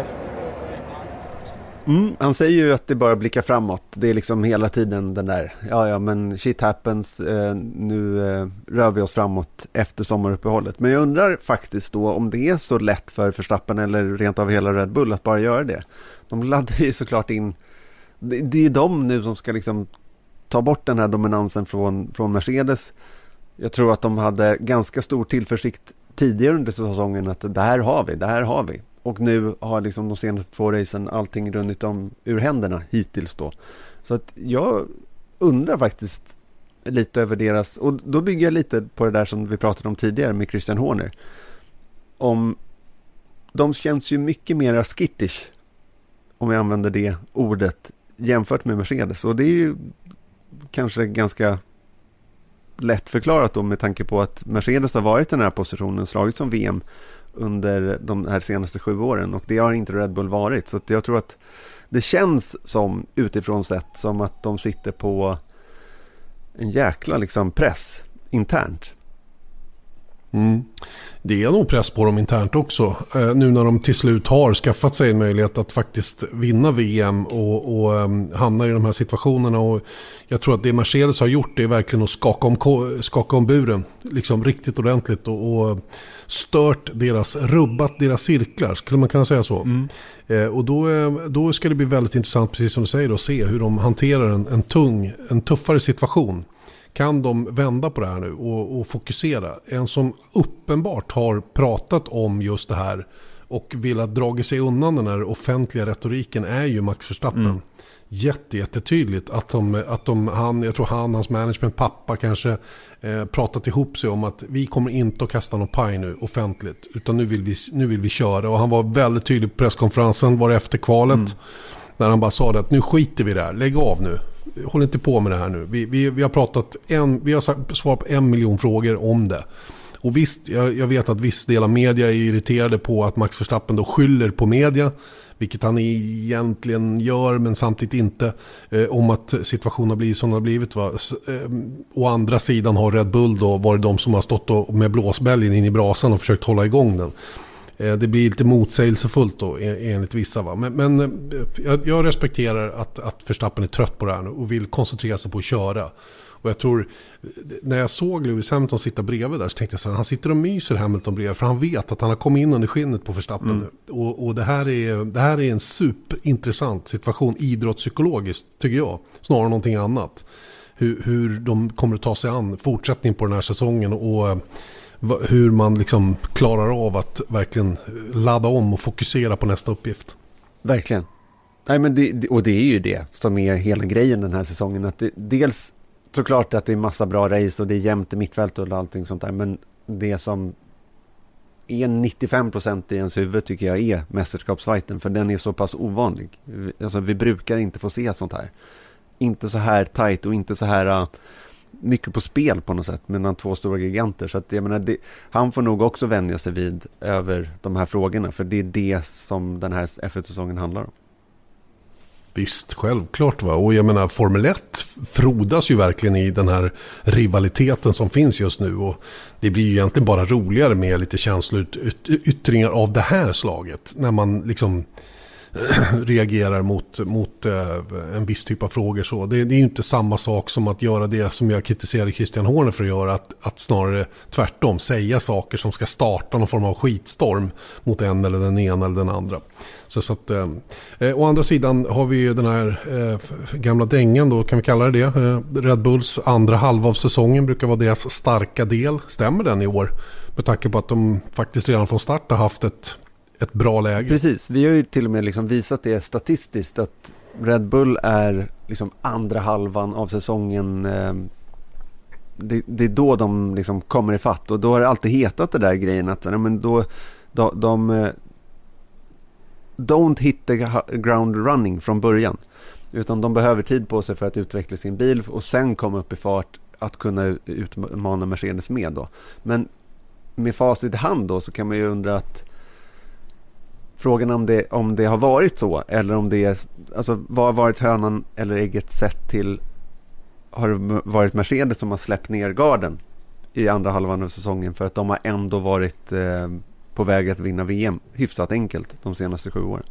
Han säger ju att det bara blickar framåt. Det är liksom hela tiden den där, men shit happens, nu rör vi oss framåt efter sommaruppehållet. Men jag undrar faktiskt då om det är så lätt för Verstappen eller rent av hela Red Bull att bara göra det. De laddar ju såklart in, det är de nu som ska liksom ta bort den här dominansen från Mercedes. Jag tror att de hade ganska stor tillförsikt tidigare under säsongen att det här har vi. Och nu har liksom de senaste 2 racen allting runnit om ur händerna hittills då. Så att jag undrar faktiskt lite över deras, och då bygger jag lite på det där som vi pratade om tidigare med Christian Horner. Om de känns ju mycket mer skittish, om jag använder det ordet, jämfört med Mercedes. Och det är ju kanske ganska lätt förklarat då med tanke på att Mercedes har varit i den här positionen, slagit som VM under de här senaste 7 åren, och det har inte Red Bull varit. Så att jag tror att det känns som, utifrån sett, som att de sitter på en jäkla liksom press internt. Det är nog press på dem internt också, nu när de till slut har skaffat sig en möjlighet att faktiskt vinna VM och hamna i de här situationerna. Och jag tror att det Mercedes har gjort, det är verkligen att skaka om buren liksom riktigt ordentligt och rubbat deras cirklar, skulle man kunna säga så. Och då ska det bli väldigt intressant, precis som du säger, att se hur de hanterar en tuffare situation. Kan de vända på det här nu och fokusera? En som uppenbart har pratat om just det här och vill att dra sig undan den här offentliga retoriken är ju Max Verstappen. Jättetydligt att jag tror hans management, pappa kanske pratat ihop sig om att vi kommer inte att kasta någon paj nu offentligt, utan nu vill vi köra. Och han var väldigt tydlig på presskonferensen, var det efter kvalet, när han bara sa det att nu skiter vi där, lägg av nu. Håll inte på med det här nu. Vi har svarat på 1 miljon frågor om det. Och visst, jag vet att viss del av media är irriterade på att Max Verstappen då skyller på media, vilket han egentligen gör, men samtidigt inte, om att situationen har blivit som den har blivit. Å andra sidan har Red Bull då varit de som har stått med blåsbälgen in i brasan och försökt hålla igång den. Det blir lite motsägelsefullt då, enligt vissa. Va? Men jag respekterar att Verstappen är trött på det här nu och vill koncentrera sig på att köra. Och jag tror, när jag såg Lewis Hamilton sitta bredvid där, så tänkte jag så här, han sitter och myser Hamilton bredvid, för han vet att han har kommit in under skinnet på Verstappen nu. Och det här är en superintressant situation idrottspsykologiskt, tycker jag, snarare än någonting annat. Hur de kommer att ta sig an fortsättning på den här säsongen och hur man liksom klarar av att verkligen ladda om och fokusera på nästa uppgift. Verkligen. Nej, men det är ju det som är hela grejen den här säsongen, att dels såklart att det är massa bra race och det är jämnt i mittfält och allting sånt där, men det som är 95% i ens huvud tycker jag är mästerskapsfighten, för den är så pass ovanlig. Alltså, vi brukar inte få se sånt här. Inte så här tight och inte så här mycket på spel på något sätt mellan 2 stora giganter. Så att jag menar, han får nog också vänja sig vid över de här frågorna, för det är det som den här F1-säsongen handlar om. Visst, självklart va. Och jag menar, Formel 1 frodas ju verkligen i den här rivaliteten som finns just nu, och det blir ju egentligen bara roligare med lite känsloyttringar av det här slaget, när man liksom reagerar mot en viss typ av frågor. Så det är ju inte samma sak som att göra det som jag kritiserade Christian Horner för att göra, att snarare tvärtom säga saker som ska starta någon form av skitstorm mot en eller den ena eller den andra. Så att, å andra sidan har vi ju den här gamla dängan då, kan vi kalla det Red Bulls andra halva av säsongen brukar vara deras starka del. Stämmer den i år? Med tanke på att de faktiskt redan från start har haft ett bra läge. Precis, vi har ju till och med liksom visat det statistiskt att Red Bull är liksom andra halvan av säsongen, det är då de liksom kommer i fatt, och då har det alltid hetat det där grejen att men då de don't hit the ground running från början. Utan de behöver tid på sig för att utveckla sin bil och sen komma upp i fart att kunna utmana Mercedes med då. Men med facit i hand då så kan man ju undra att frågan om det har varit så eller om det är, alltså vad har varit hönan eller ägget sett till, har det varit Mercedes som har släppt ner garden i andra halvan av säsongen för att de har ändå varit på väg att vinna VM hyfsat enkelt de senaste 7 åren?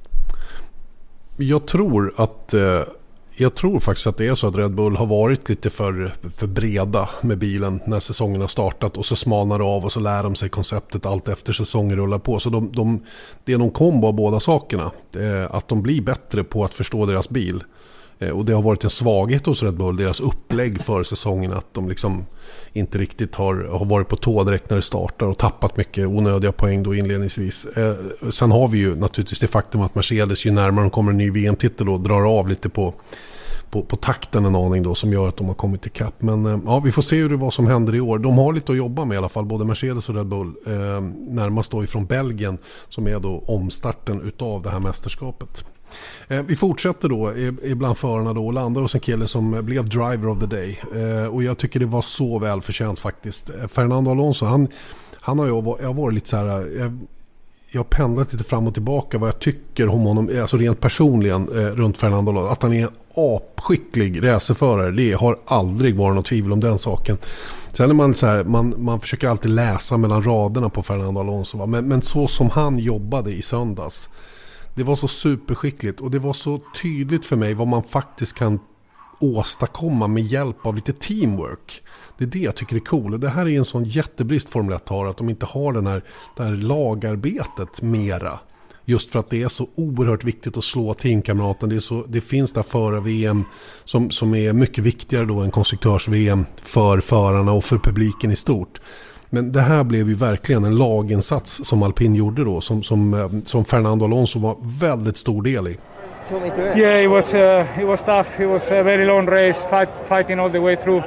Jag tror faktiskt att det är så att Red Bull har varit lite för breda med bilen när säsongen har startat och så smalnar det av och så lär de sig konceptet allt efter säsongen rullar på. Så det är någon kombo av båda sakerna. Att de blir bättre på att förstå deras bil. Och det har varit en svaghet hos Red Bull, deras upplägg för säsongen, att de liksom inte riktigt har varit på tå direkt när det startar och tappat mycket onödiga poäng då inledningsvis. Sen har vi ju naturligtvis det faktum att Mercedes ju närmare de kommer en ny VM-titel och drar av lite på takten en aning då, som gör att de har kommit till kapp. Men ja, vi får se vad som händer i år. De har lite att jobba med i alla fall, både Mercedes och Red Bull, närmast då ifrån Belgien som är då omstarten utav det här mästerskapet. Vi fortsätter då ibland förarna då och landar hos en kille som blev driver of the day, och jag tycker det var så väl förtjänt faktiskt. Fernando Alonso, han har ju varit lite så här, jag har pendlat lite fram och tillbaka vad jag tycker om honom, alltså rent personligen runt Fernando Alonso. Att han är en apskicklig racerförare, det har aldrig varit något tvivel om den saken. Sen är man så här, man försöker alltid läsa mellan raderna på Fernando Alonso, va? Men så som han jobbade i söndags, det var så superskickligt och det var så tydligt för mig vad man faktiskt kan åstadkomma med hjälp av lite teamwork. Det är det jag tycker är cool. Det här är en sån jättebrist Formel 1 har, att de inte har det här lagarbetet mera. Just för att det är så oerhört viktigt att slå teamkamraten. Det finns där före VM som är mycket viktigare då än konstruktörs-VM för förarna och för publiken i stort. Men det här blev ju verkligen en laginsats som Alpin gjorde då, som Fernando Alonso var väldigt stor del i. Yeah, it was tough. It was a very long race, fighting all the way through.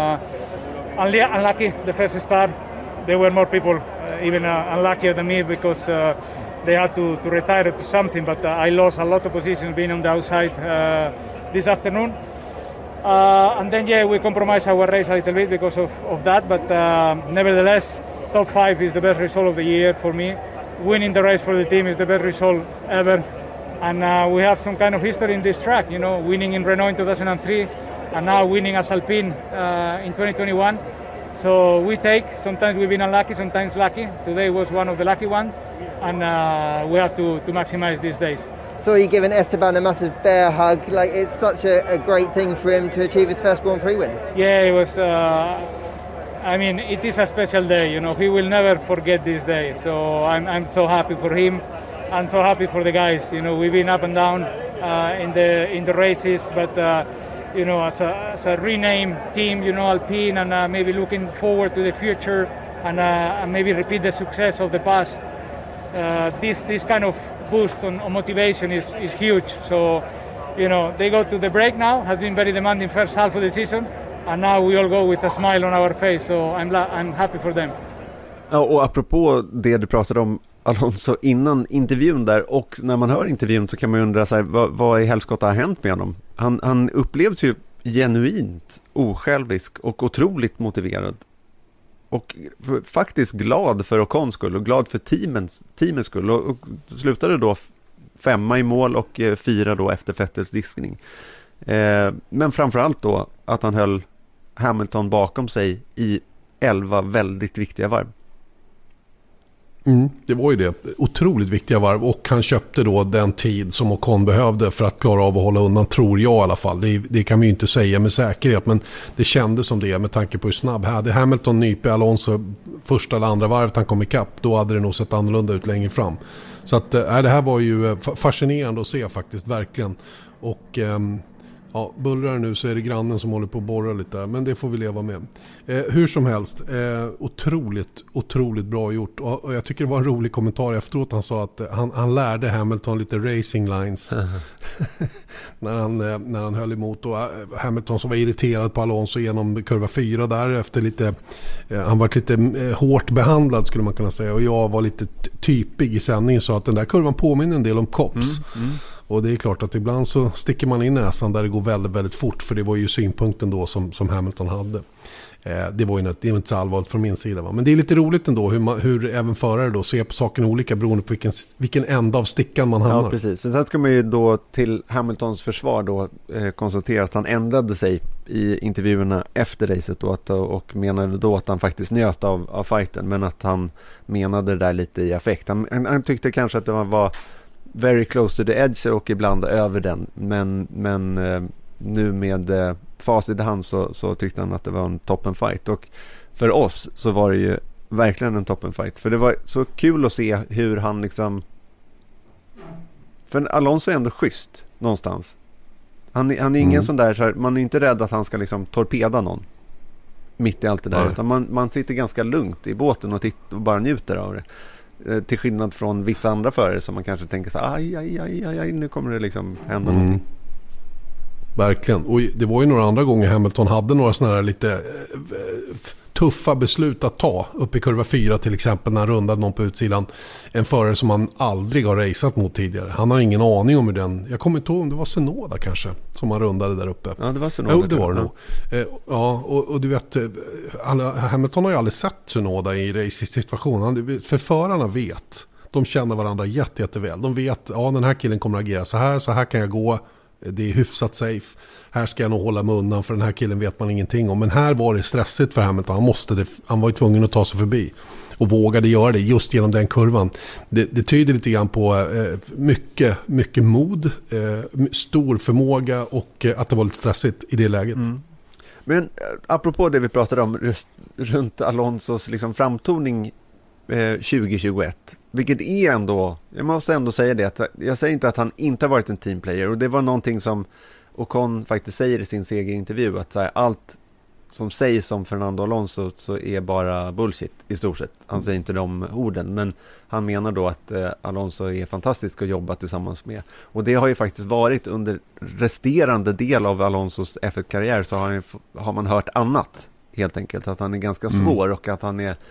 Unlucky the first start. There were more people even unluckier than me because they had to retire to something. But I lost a lot of positions being on the outside this afternoon. And then we compromised our race a little bit because of that, but nevertheless top 5 is the best result of the year for me. Winning the race for the team is the best result ever, and we have some kind of history in this track, you know, winning in Renault in 2003 and now winning as Alpine in 2021. So sometimes we've been unlucky, sometimes lucky. Today was one of the lucky ones, and we have to maximize these days. So you giving Esteban a massive bear hug, like it's such a great thing for him to achieve his first Grand Prix win. Yeah, it was, I mean, it is a special day, you know, he will never forget this day, so I'm so happy for him and so happy for the guys. You know, we've been up and down in the races, but you know, as a renamed team, you know, Alpine, and maybe looking forward to the future and maybe repeat the success of the past. This kind of boost on motivation is huge. So, you know, they go to the break now. Has been very demanding first half of the season, and now we all go with a smile on our face. So I'm happy for them. Ja, och apropå det du pratade om Alonso innan intervjun där, och när man hör intervjun så kan man undra så här, vad i helskotta har hänt med honom? Han upplevs ju genuint osjälvisk och otroligt motiverad. Och faktiskt glad för Ocons skull och glad för teamens skull. Och slutade då 5 i mål och 4 då efter Vettels diskning. Men framförallt då att han höll Hamilton bakom sig i 11 väldigt viktiga varv. Det var ju det. Otroligt viktiga varv, och han köpte då den tid som Ocon behövde för att klara av att hålla undan, tror jag i alla fall. Det kan vi ju inte säga med säkerhet, men det kändes som det med tanke på hur snabb. Hade Hamilton nype Alonso första eller andra varvet han kom ikapp, då hade det nog sett annorlunda ut längre fram. Så att det här var ju fascinerande att se faktiskt, verkligen. Och ja, bullrar nu så är det grannen som håller på att borra lite, men det får vi leva med. Hur som helst, otroligt bra gjort. Och jag tycker det var en rolig kommentar efteråt. Han sa att han lärde Hamilton lite racing lines när han höll emot. Och Hamilton som var irriterad på Alonso genom kurva 4 där efter lite, han var lite hårt behandlad skulle man kunna säga. Och jag var lite typig i sändningen, så att den där kurvan påminner en del om Cops. Och det är klart att ibland så sticker man in näsan där det går väldigt, väldigt fort. För det var ju synpunkten då som Hamilton hade. Det var inte så allvarligt från min sida. Va? Men det är lite roligt ändå hur även förare då ser på saken olika beroende på vilken ända av stickan man hamnar. Ja, precis. Men sen ska man ju då till Hamiltons försvar då konstatera att han ändrade sig i intervjuerna efter racet då, och menade då att han faktiskt njöt av fighten, men att han menade det där lite i affekt. Han tyckte kanske att det var very close to the edge och ibland över den, men nu med facit i hand så tyckte han att det var en toppenfight, och för oss så var det ju verkligen en toppenfight, för det var så kul att se hur han liksom, för Alonso är ändå schysst någonstans. Han är ingen sån där, så här, man är inte rädd att han ska liksom torpeda någon mitt i allt det där, utan man sitter ganska lugnt i båten och bara njuter av det. Till skillnad från vissa andra förare som man kanske tänker så här, aj, nu kommer det liksom hända någonting. Verkligen. Och det var ju några andra gånger Hamilton hade några sådana här lite tuffa beslut att ta. Uppe i kurva 4 till exempel, när han rundade någon på utsidan. En förare som han aldrig har raceat mot tidigare. Han har ingen aning om hur den... Jag kommer inte ihåg om det var Tsunoda kanske som han rundade där uppe. Ja, det var Tsunoda. Jo, det var det nog. Ja, och du vet, Hamilton har ju aldrig sett Tsunoda i race-situation. För förarna vet. De känner varandra jätteväl. De vet, ja, den här killen kommer att agera så här kan jag gå. Det är hyfsat safe. Här ska jag nog hålla mig undan, för den här killen vet man ingenting om. Men här var det stressigt för Hamilton. Han var ju tvungen att ta sig förbi. Och vågade göra det just genom den kurvan. Det tyder lite grann på mycket mod, stor förmåga och att det var lite stressigt i det läget. Men apropå det vi pratade om runt Alonsos liksom framtoning 2021, vilket är ändå, jag måste ändå säga det, att jag säger inte att han inte har varit en teamplayer, och det var någonting som Ocon faktiskt säger i sin segerintervju, att så här, allt som sägs om Fernando Alonso så är bara bullshit i stort sett. Han säger inte de orden, men han menar då att Alonso är fantastisk att jobba tillsammans med, och det har ju faktiskt varit under resterande del av Alonsos F1-karriär, så har man hört annat, helt enkelt, att han är ganska svår och att han är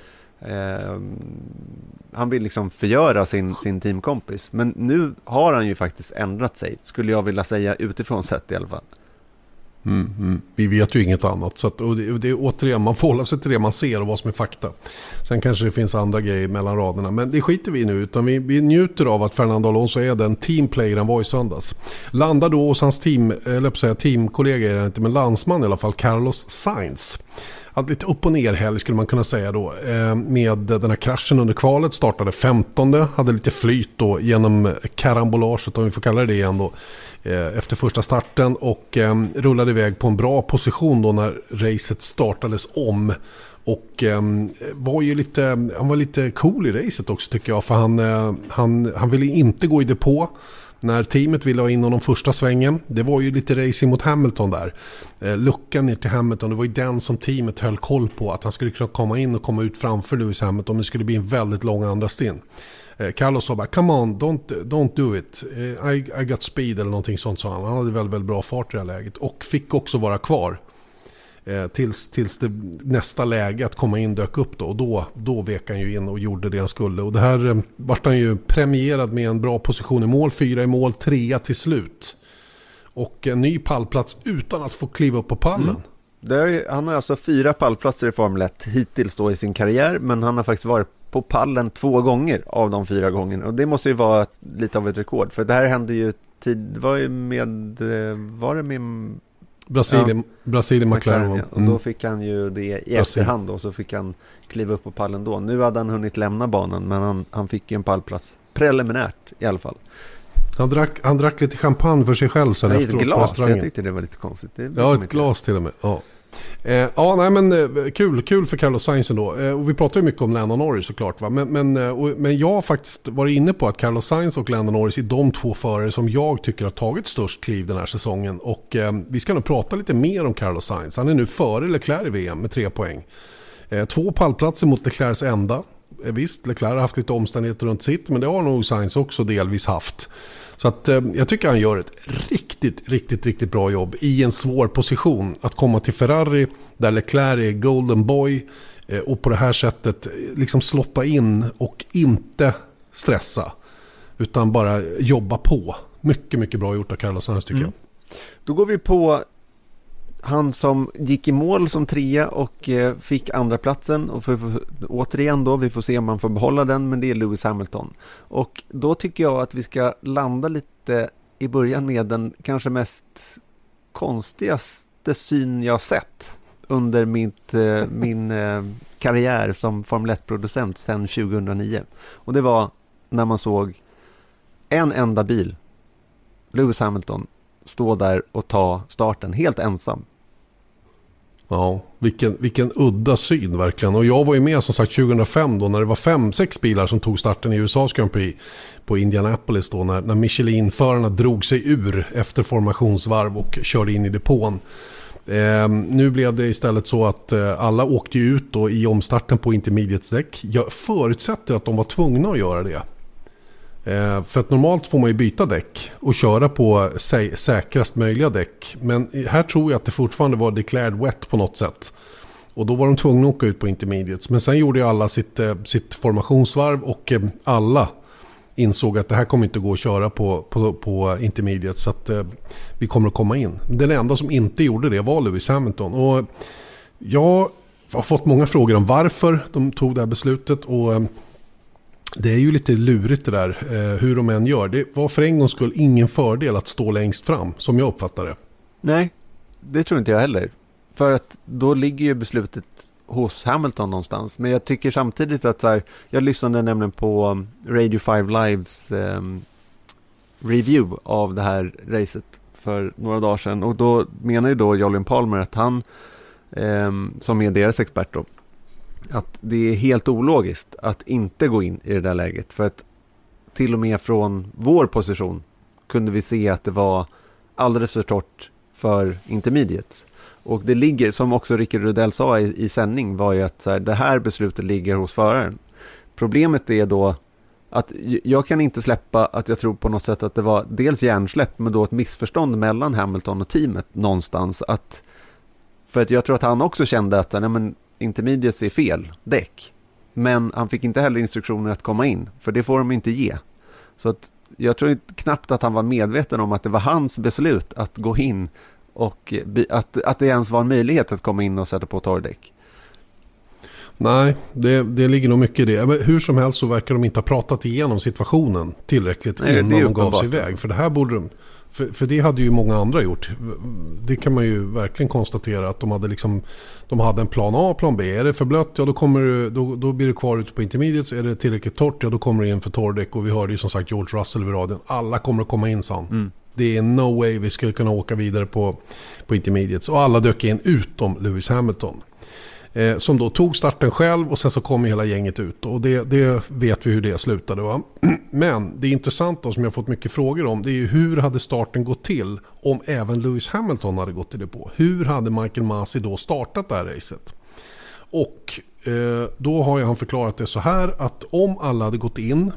han vill liksom förgöra sin teamkompis. Men nu har han ju faktiskt ändrat sig, skulle jag vilja säga, utifrån sett i alla fall. Vi vet ju inget annat, så att, och det är återigen, man får hålla sig till det man ser och vad som är fakta. Sen kanske det finns andra grejer mellan raderna, men det skiter vi nu, utan vi njuter av att Fernando Alonso är den teamplayer han var i söndags. Landar då hos hans teamkollega, är det inte, men landsman i alla fall, Carlos Sainz. Hade lite upp- och ner helg skulle man kunna säga då, med den här kraschen under kvalet. Startade 15, hade lite flyt då genom karambolaget, om vi får kalla det igen då, efter första starten, och rullade iväg på en bra position då när racet startades om. Och var ju han var lite cool i racet också, tycker jag, för han ville inte gå i depå när teamet ville ha in honom första svängen. Det var ju lite racing mot Hamilton där. Luckan ner till Hamilton, det var ju den som teamet höll koll på, att han skulle kunna komma in och komma ut framför Lewis Hamilton. Det skulle bli en väldigt lång andra sten. Carlos sa bara, come on, don't do it. I got speed eller någonting sånt, sa han. Han hade väldigt, väldigt bra fart i det här läget och fick också vara kvar tills det nästa läge att komma in dök upp då. Och då vek han ju in och gjorde det han skulle. Och det här vart han ju premierad med en bra position i mål, 4 i mål, 3 till slut. Och en ny pallplats utan att få kliva upp på pallen. Han har alltså 4 pallplatser i Formel 1 hittills då i sin karriär, men han har faktiskt varit på pallen 2 gånger av de 4 gångerna. Och det måste ju vara lite av ett rekord, för det här hände ju var det med Brasilien McLaren. Ja. Och då fick han ju det i efterhand, och så fick han kliva upp på pallen då. Nu hade han hunnit lämna banan, men han fick ju en pallplats preliminärt i alla fall. Han drack lite champagne för sig själv sen efteråt. Ett glas, jag tyckte det var lite konstigt. Ett glas till och med, ja. Kul för Carlos Sainz då. Och vi pratar ju mycket om Lando Norris såklart, va? Men jag har faktiskt varit inne på att Carlos Sainz och Lando Norris är de 2 förare som jag tycker har tagit störst kliv den här säsongen. Och vi ska nog prata lite mer om Carlos Sainz. Han är nu före Leclerc i VM med 3 poäng. 2 pallplatser mot Leclercs enda. Visst, Leclerc har haft lite omständigheter runt sitt, men det har nog Sainz också delvis haft. Så att jag tycker han gör ett riktigt bra jobb i en svår position. Att komma till Ferrari där Leclerc är golden boy och på det här sättet liksom slotta in och inte stressa, utan bara jobba på. Mycket, mycket bra gjort av Carlos Sainz tycker jag. Då går vi på han som gick i mål som 3 och fick andra platsen och återigen då, vi får se om man får behålla den, men det är Lewis Hamilton. Och då tycker jag att vi ska landa lite i början med den kanske mest konstigaste syn jag sett under min karriär som Formel 1-producent sedan 2009. Och det var när man såg en enda bil, Lewis Hamilton, stå där och ta starten helt ensam. Ja, vilken udda syn verkligen. Och jag var ju med som sagt 2005 då när det var 5-6 bilar som tog starten i USAs Grand Prix på Indianapolis då när Michelin-förarna drog sig ur efter formationsvarv och körde in i depån. Nu blev det istället så att alla åkte ut då i omstarten på intermediate-däck. Jag förutsätter att de var tvungna att göra det. För att normalt får man ju byta däck och köra på säkrast möjliga däck. Men här tror jag att det fortfarande var declared wet på något sätt. Och då var de tvungna att åka ut på intermediates. Men sen gjorde ju alla sitt formationsvarv och alla insåg att det här kommer inte gå att köra på intermediates så att vi kommer att komma in. Den enda som inte gjorde det var Lewis Hamilton. Och jag har fått många frågor om varför de tog det här beslutet och det är ju lite lurigt det där hur de än gör. Det var för en gångs skull ingen fördel att stå längst fram som jag uppfattar det. Nej, det tror inte jag heller. För att då ligger ju beslutet hos Hamilton någonstans. Men jag tycker samtidigt att så här, jag lyssnade nämligen på Radio 5 Lives review av det här racet för några dagar sedan. Och då menar ju då Jolyon Palmer att han, som är deras expert då, att det är helt ologiskt att inte gå in i det där läget. För att till och med från vår position kunde vi se att det var alldeles för torrt för intermediates. Och det ligger, som också Rickard Rudell sa i sändning, var ju att så här, det här beslutet ligger hos föraren. Problemet är då att jag kan inte släppa att jag tror på något sätt att det var dels hjärnsläpp men då ett missförstånd mellan Hamilton och teamet någonstans. För att jag tror att han också kände att nej, men intermediates är fel däck. Men han fick inte heller instruktioner att komma in, för det får de inte ge. Så att jag tror knappt att han var medveten om att det var hans beslut att gå in och att det ens var en möjlighet att komma in och sätta på torrdäck. Nej, det ligger nog mycket i det. Men hur som helst så verkar de inte ha pratat igenom situationen tillräckligt innan de gav sig iväg. För det här borde de... För det hade ju många andra gjort. Det kan man ju verkligen konstatera att de hade en plan A, plan B. Är det för blött, ja då blir det kvar ute på intermediates. Är det tillräckligt torrt, ja då kommer det in för torrdäck. Och vi hörde ju som sagt George Russell vid radion. Alla kommer att komma in, sa han. Det är no way vi skulle kunna åka vidare på intermediates. Och alla dök in utom Lewis Hamilton. Som då tog starten själv och sen så kom hela gänget ut. Och det vet vi hur det slutade, va? Men det intressanta som jag har fått mycket frågor om, det är ju hur hade starten gått till om även Lewis Hamilton hade gått till det på? Hur hade Michael Masi då startat det här racet? Och då har han förklarat det så här att om alla hade gått in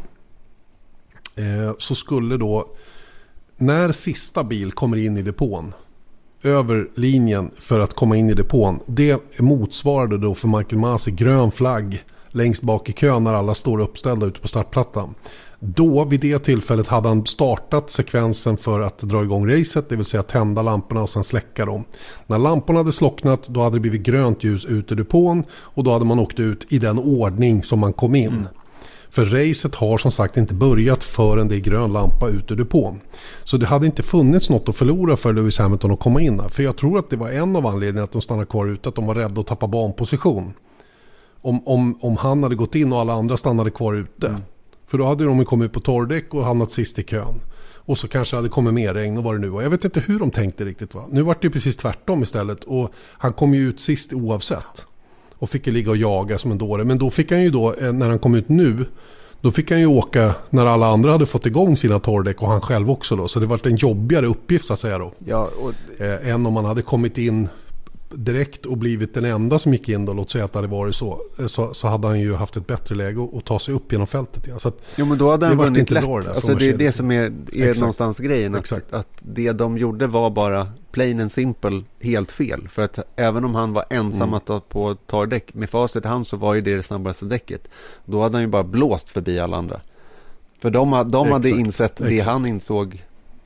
så skulle då när sista bil kommer in i depån över linjen för att komma in i depån, det motsvarade då för Michael Masi grön flagg längst bak i kön när alla står uppställda ute på startplattan. Då vid det tillfället hade han startat sekvensen för att dra igång racet, det vill säga tända lamporna och sen släcka dem. När lamporna hade slocknat, då hade det blivit grönt ljus ut ur depån och då hade man åkt ut i den ordning som man kom in. För racet har som sagt inte börjat förrän det är grön lampa ut ur depån. Så det hade inte funnits något att förlora för Lewis Hamilton att komma in där. För jag tror att det var en av anledningarna att de stannade kvar ute, att de var rädda att tappa banposition. Om han hade gått in och alla andra stannade kvar ute. För då hade de kommit på torrdäck och hamnat sist i kön. Och så kanske hade kommit mer regn och vad det nu var. Jag vet inte hur de tänkte riktigt, va. Nu var det ju precis tvärtom istället. Och han kom ju ut sist oavsett. Och fick ju ligga och jaga som en dåre. Men då fick han ju då, när han kom ut nu, då fick han ju åka när alla andra hade fått igång sina torrdäck och han själv också då. Så det var en jobbigare uppgift så att säga då. Ja, än om man hade kommit in direkt och blivit den enda som gick in då, låt säga att det hade varit så hade han ju haft ett bättre läge att ta sig upp genom fältet igen. Så att jo, men då hade han vunnit lätt. Alltså det är det som är någonstans grejen. Att det de gjorde var bara plain and simple helt fel. För att även om han var ensam att ta på torrdäck, med facit i hand så var ju det snabbaste däcket. Då hade han ju bara blåst förbi alla andra. För de hade insett det han insåg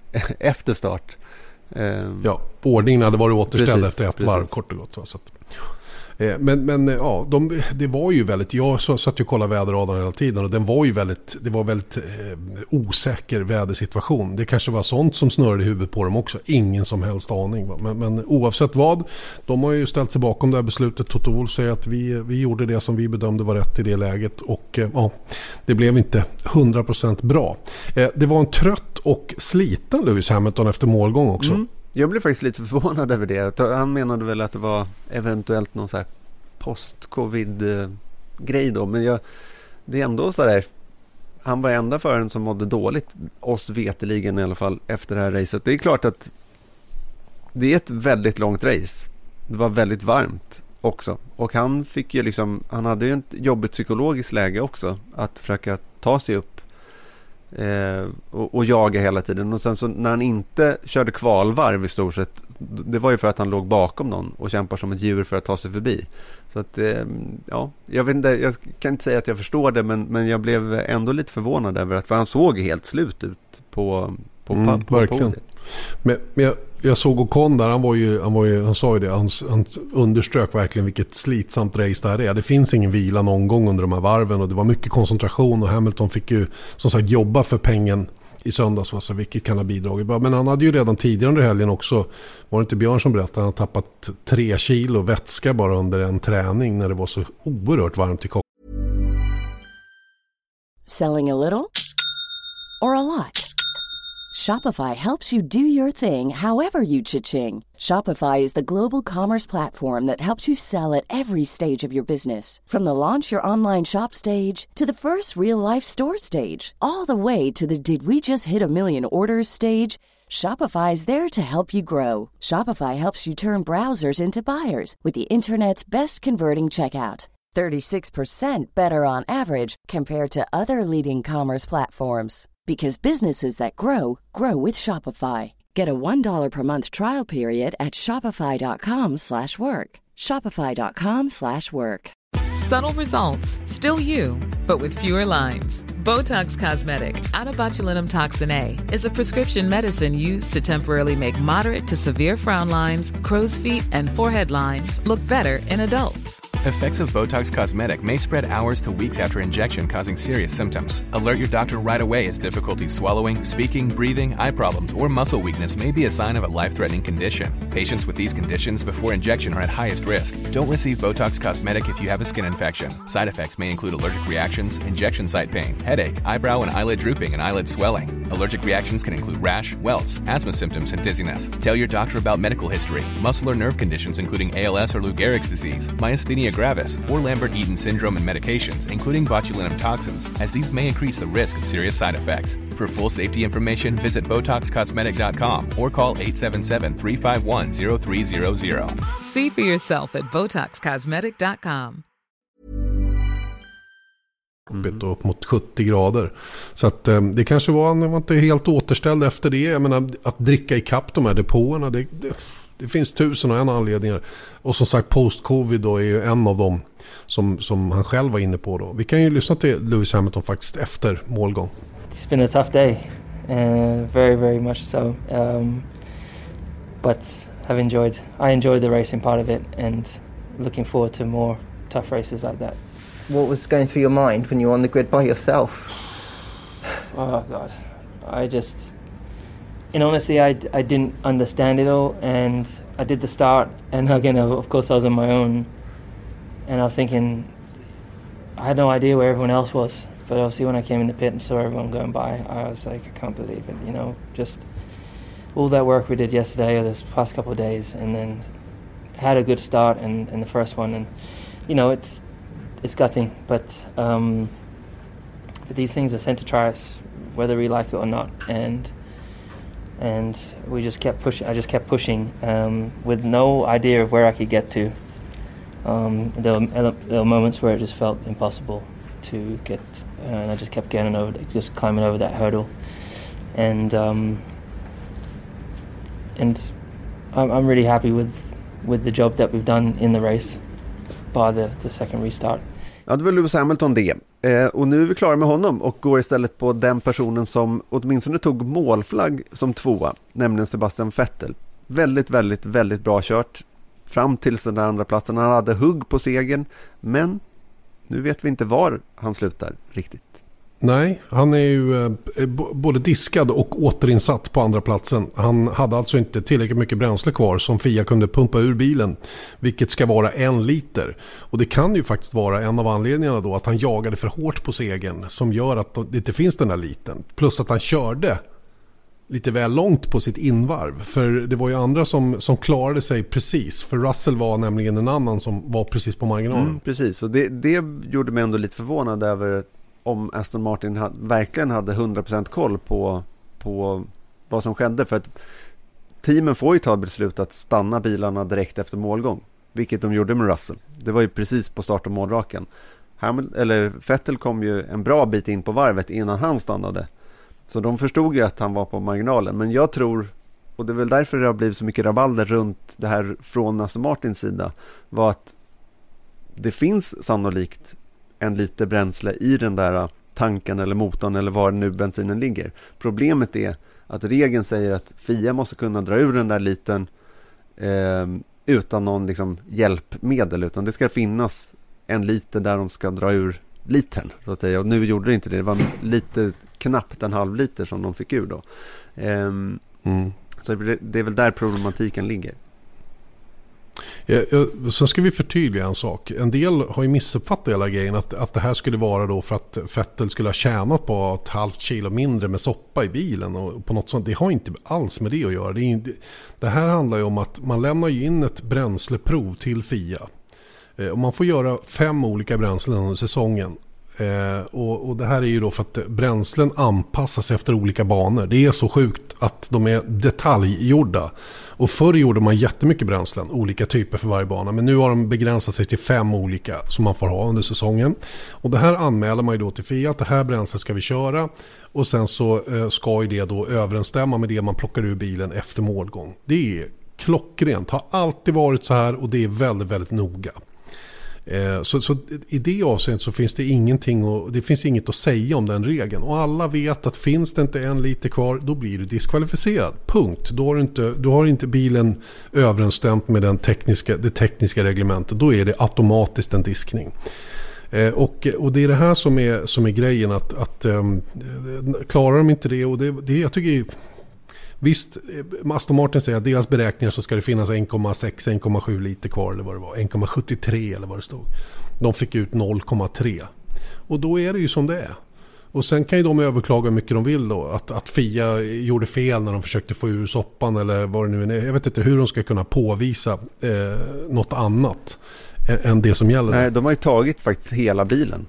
efter start. Ja, ordningen hade varit återställd efter ett precis. varv kort och gott. Va? Så att, men ja, det var ju väldigt, jag satt ju och kollade väderradarn hela tiden och det var väldigt osäker vädersituation. Det kanske var sånt som snurrade i huvudet på dem också, ingen som helst aning. Va? Men oavsett vad, de har ju ställt sig bakom det här beslutet. Toto Wolff säger att vi gjorde det som vi bedömde var rätt i det läget och ja, det blev inte 100% bra. Det var en trött och sliten Lewis Hamilton efter målgång också. Jag blev faktiskt lite förvånad över det. Han menade väl att det var eventuellt någon så här post-covid-grej då. Men det är ändå så där. Han var enda föraren som mådde dåligt, oss veteligen i alla fall, efter det här racet. Det är klart att det är ett väldigt långt race. Det var väldigt varmt också. Och han fick ju liksom, han hade ju ett jobbigt psykologiskt läge också. Att försöka ta sig upp. Och jaga hela tiden och sen så när han inte körde kvalvarv i stort sett, det var ju för att han låg bakom någon och kämpar som ett djur för att ta sig förbi, så att ja, jag vet inte, jag kan inte säga att jag förstår det, men jag blev ändå lite förvånad över att, för han såg helt slut ut på verkligen. Men jag såg Ocon där, han sa ju det, han underströk verkligen vilket slitsamt race det här är. Det finns ingen vila någon gång under de här varven och det var mycket koncentration och Hamilton fick ju som sagt jobba för pengen i söndags, alltså, vilket kan ha bidragit. Men han hade ju redan tidigare under helgen också, var det inte Björn som berättade, han har tappat 3 kilo vätska bara under en träning när det var så oerhört varmt i cockpit. Selling a little or a lot? Shopify helps you do your thing however you cha-ching. Shopify is the global commerce platform that helps you sell at every stage of your business. From the launch your online shop stage to the first real-life store stage, all the way to the did we just hit a million orders stage. Shopify is there to help you grow. Shopify helps you turn browsers into buyers with the internet's best converting checkout. 36% better on average compared to other leading commerce platforms. Because businesses that grow, grow with Shopify. Get a $1 per month trial period at shopify.com/work. Shopify.com/work. Subtle results, still you, but with fewer lines. Botox Cosmetic, out of botulinum toxin A, is a prescription medicine used to temporarily make moderate to severe frown lines, crow's feet, and forehead lines look better in adults. Effects of Botox Cosmetic may spread hours to weeks after injection, causing serious symptoms. Alert your doctor right away as difficulty swallowing, speaking, breathing, eye problems, or muscle weakness may be a sign of a life-threatening condition. Patients with these conditions before injection are at highest risk. Don't receive Botox Cosmetic if you have a skin infection. Side effects may include allergic reactions, injection site pain, headache, eyebrow and eyelid drooping, and eyelid swelling. Allergic reactions can include rash, welts, asthma symptoms, and dizziness. Tell your doctor about medical history, muscle or nerve conditions including ALS or Lou Gehrig's disease, myasthenia gravis, or Lambert-Eaton syndrome and medications, including botulinum toxins, as these may increase the risk of serious side effects. For full safety information, visit BotoxCosmetic.com or call 877-351-0300. See for yourself at BotoxCosmetic.com. Upp mot 70 grader. Så att det kanske var inte helt återställd efter det. Jag menar, att dricka i kapp de här depåerna, det finns 1001 anledningar. Och som sagt, post-covid då är ju en av dem som han själv var inne på då. Vi kan ju lyssna till Lewis Hamilton faktiskt efter målgång. It's been a tough day, very, very much so. But I enjoyed the racing part of it and looking forward to more tough races like that. What was going through your mind when you were on the grid by yourself? Oh God, in honesty, I didn't understand it all, and I did the start, and again, of course, I was on my own, and I was thinking, I had no idea where everyone else was, but obviously when I came in the pit and saw everyone going by, I was like, I can't believe it, just all that work we did yesterday or this past couple of days, and then had a good start in the first one, and it's gutting, but these things are sent to try us, whether we like it or not, and we just kept pushing. I just kept pushing with no idea of where I could get to. There were moments where it just felt impossible to get, and I just kept just climbing over that hurdle, and I'm really happy with the job that we've done in the race by the second restart. Ja, det var Lewis Hamilton det. Och nu är vi klara med honom och går istället på den personen som åtminstone tog målflagg som tvåa, nämligen Sebastian Vettel. Väldigt, väldigt, väldigt bra kört fram till den där andra platsen. Han hade hugg på segern, men nu vet vi inte var han slutar riktigt. Nej, han är ju både diskad och återinsatt på andra platsen. Han hade alltså inte tillräckligt mycket bränsle kvar som FIA kunde pumpa ur bilen, vilket ska vara 1 liter. Och det kan ju faktiskt vara en av anledningarna då att han jagade för hårt på segern som gör att det inte finns den där liten. Plus att han körde lite väl långt på sitt invarv. För det var ju andra som klarade sig precis. För Russell var nämligen en annan som var precis på marginalen. Precis, och det gjorde mig ändå lite förvånad över om Aston Martin verkligen hade 100% koll på vad som skedde. För att teamen får ju ta beslut att stanna bilarna direkt efter målgång. Vilket de gjorde med Russell. Det var ju precis på start av målraken. Vettel kom ju en bra bit in på varvet innan han stannade. Så de förstod ju att han var på marginalen. Men jag tror, och det är väl därför det har blivit så mycket rabalder runt det här från Aston Martins sida, var att det finns sannolikt 1 liter bränsle i den där tanken eller motorn eller var nu bensinen ligger. Problemet är att regeln säger att FIA måste kunna dra ur den där liten utan någon liksom hjälpmedel, utan det ska finnas 1 liter där de ska dra ur litern, så att säga. Och nu gjorde det inte det. Det var lite knappt 1/2 liter som de fick ur då. Så det är väl där problematiken ligger. Så ska vi förtydliga en sak. En del har ju missuppfattat hela grejen att det här skulle vara då för att Vettel skulle ha tjänat på 1/2 kilo mindre med soppa i bilen och på något sånt. Det har inte alls med det att göra. Det här handlar ju om att man lämnar ju in ett bränsleprov till FIA. Och man får göra 5 olika bränslen under säsongen. Och det här är ju då för att bränslen anpassas efter olika banor. Det är så sjukt att de är detaljgjorda. Och förr gjorde man jättemycket bränslen, olika typer för varje bana. Men nu har de begränsat sig till 5 olika som man får ha under säsongen. Och det här anmäler man ju då till FIA att det här bränslet ska vi köra. Och sen så ska ju det då överensstämma med det man plockar ur bilen efter målgång. Det är klockrent, har alltid varit så här och det är väldigt, väldigt noga. Så i det avseendet så finns det det finns inget att säga om den regeln. Och alla vet att finns det inte 1 liter kvar, då blir du diskvalificerad. Punkt. Då har inte bilen överensstämt med det tekniska reglementet. Då är det automatiskt en diskning. Och det är det här som är grejen att klarar de inte det, och det jag tycker visst, Aston Martin säger att deras beräkningar så ska det finnas 1,6-1,7 liter kvar eller vad det var, 1,73 eller vad det stod. De fick ut 0,3. Och då är det ju som det är. Och sen kan ju de överklaga hur mycket de vill då. Att FIA gjorde fel när de försökte få ur soppan eller vad det nu är. Jag vet inte hur de ska kunna påvisa något annat än det som gäller. Nej, de har ju tagit faktiskt hela bilen.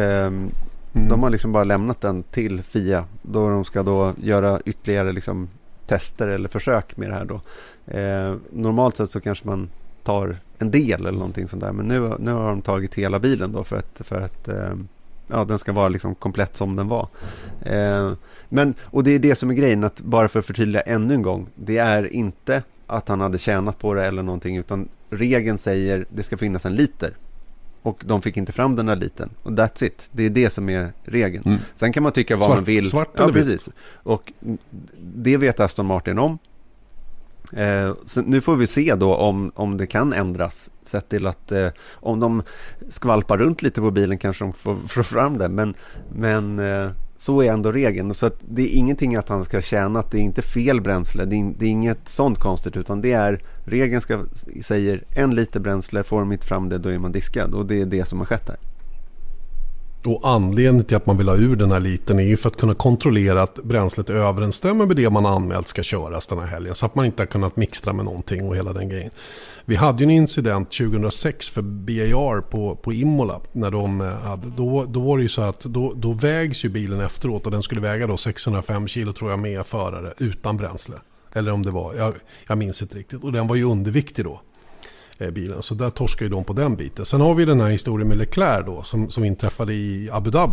De har liksom bara lämnat den till FIA. Då de ska då göra ytterligare liksom tester eller försök med det här då. Normalt sett så kanske man tar en del eller någonting sånt där. Men nu har de tagit hela bilen då för att den ska vara liksom komplett som den var. Och det är det som är grejen, att bara för att förtydliga ännu en gång, det är inte att han hade tjänat på det eller någonting, utan regeln säger det ska finnas 1 liter. Och de fick inte fram den där liten. Och that's it. Det är det som är regeln. Sen kan man tycka vad man vill. Svart eller precis. Och det vet Aston Martin om. Så nu får vi se då om det kan ändras. Sett till att om de skvalpar runt lite på bilen kanske de får fram det. Men så är ändå regeln. Så att det är ingenting att han ska tjäna, att det är inte fel bränsle. Det är inget sånt konstigt, utan det är regeln säger 1 liter bränsle, får de inte fram det, då är man diskad. Och det är det som har skett här. Och anledningen till att man vill ha ur den här liten är ju för att kunna kontrollera att bränslet överensstämmer med det man anmält ska köras den här helgen. Så att man inte har kunnat mixtra med någonting och hela den grejen. Vi hade ju en incident 2006 för BAR på Imola. När då var det ju så att då vägs ju bilen efteråt, och den skulle väga då 605 kilo tror jag med förare utan bränsle. Eller om det var, jag minns inte riktigt. Och den var ju underviktig då. Bilen. Så där torskar ju de på den biten. Sen har vi den här historien med Leclerc då, som inträffade i Abu Dhabi.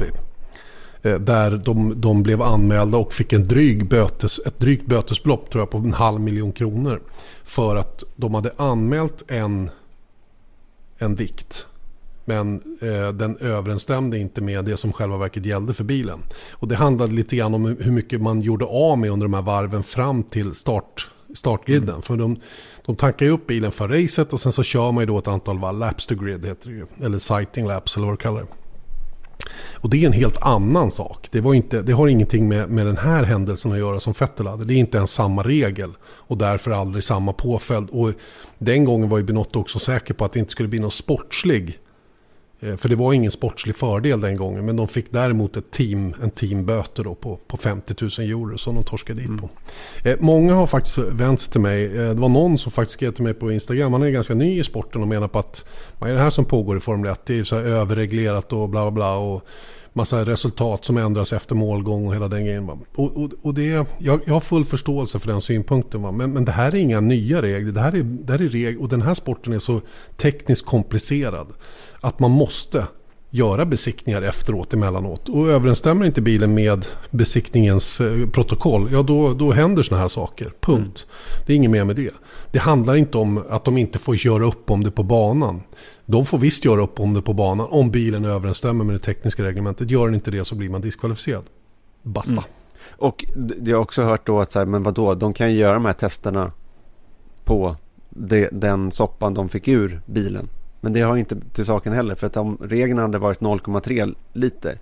Där de blev anmälda och fick ett drygt bötesbelopp tror jag på 500 000 kronor. För att de hade anmält en vikt Men den överensstämde inte med det som själva verket gällde för bilen. Och det handlade lite grann om hur mycket man gjorde av med under de här varven fram till startgriden. För de tankar ju upp bilen för racet och sen så kör man ju då ett antal laps to grid heter det ju. Eller sighting laps eller vad det kallar det. Och det är en helt annan sak. Det har ingenting med den här händelsen att göra som Vettel hade. Det är inte ens samma regel och därför aldrig samma påföljd. Och den gången var ju Binotto också säker på att det inte skulle bli någon sportslig. För det var ingen sportslig fördel den gången. Men de fick däremot en teamböter då på 50 000 euro som de torskade dit på. Många har faktiskt vänt sig till mig. Det var någon som faktiskt skrev till mig på Instagram. Han är ganska ny i sporten och menar på att vad är det här som pågår i Formel 1? Det är så här överreglerat och bla bla bla och massa resultat som ändras efter målgång och hela den grejen. Och det, jag har full förståelse för den synpunkten. Men det här är inga nya regler. Det här är regler och den här sporten är så tekniskt komplicerad att man måste göra besiktningar efteråt emellanåt. Och överensstämmer inte bilen med besiktningens protokoll, ja då händer såna här saker. Punkt. Det är inget mer med det. Det handlar inte om att de inte får göra upp om det på banan. De får visst göra upp om det på banan om bilen överensstämmer med det tekniska reglementet. Gör den inte det så blir man diskvalificerad. Basta. Och jag har också hört då att så här, men vadå, de kan ju göra de här testerna på den soppan de fick ur bilen. Men det har inte till saken heller. För att om reglerna hade varit 0,3 liter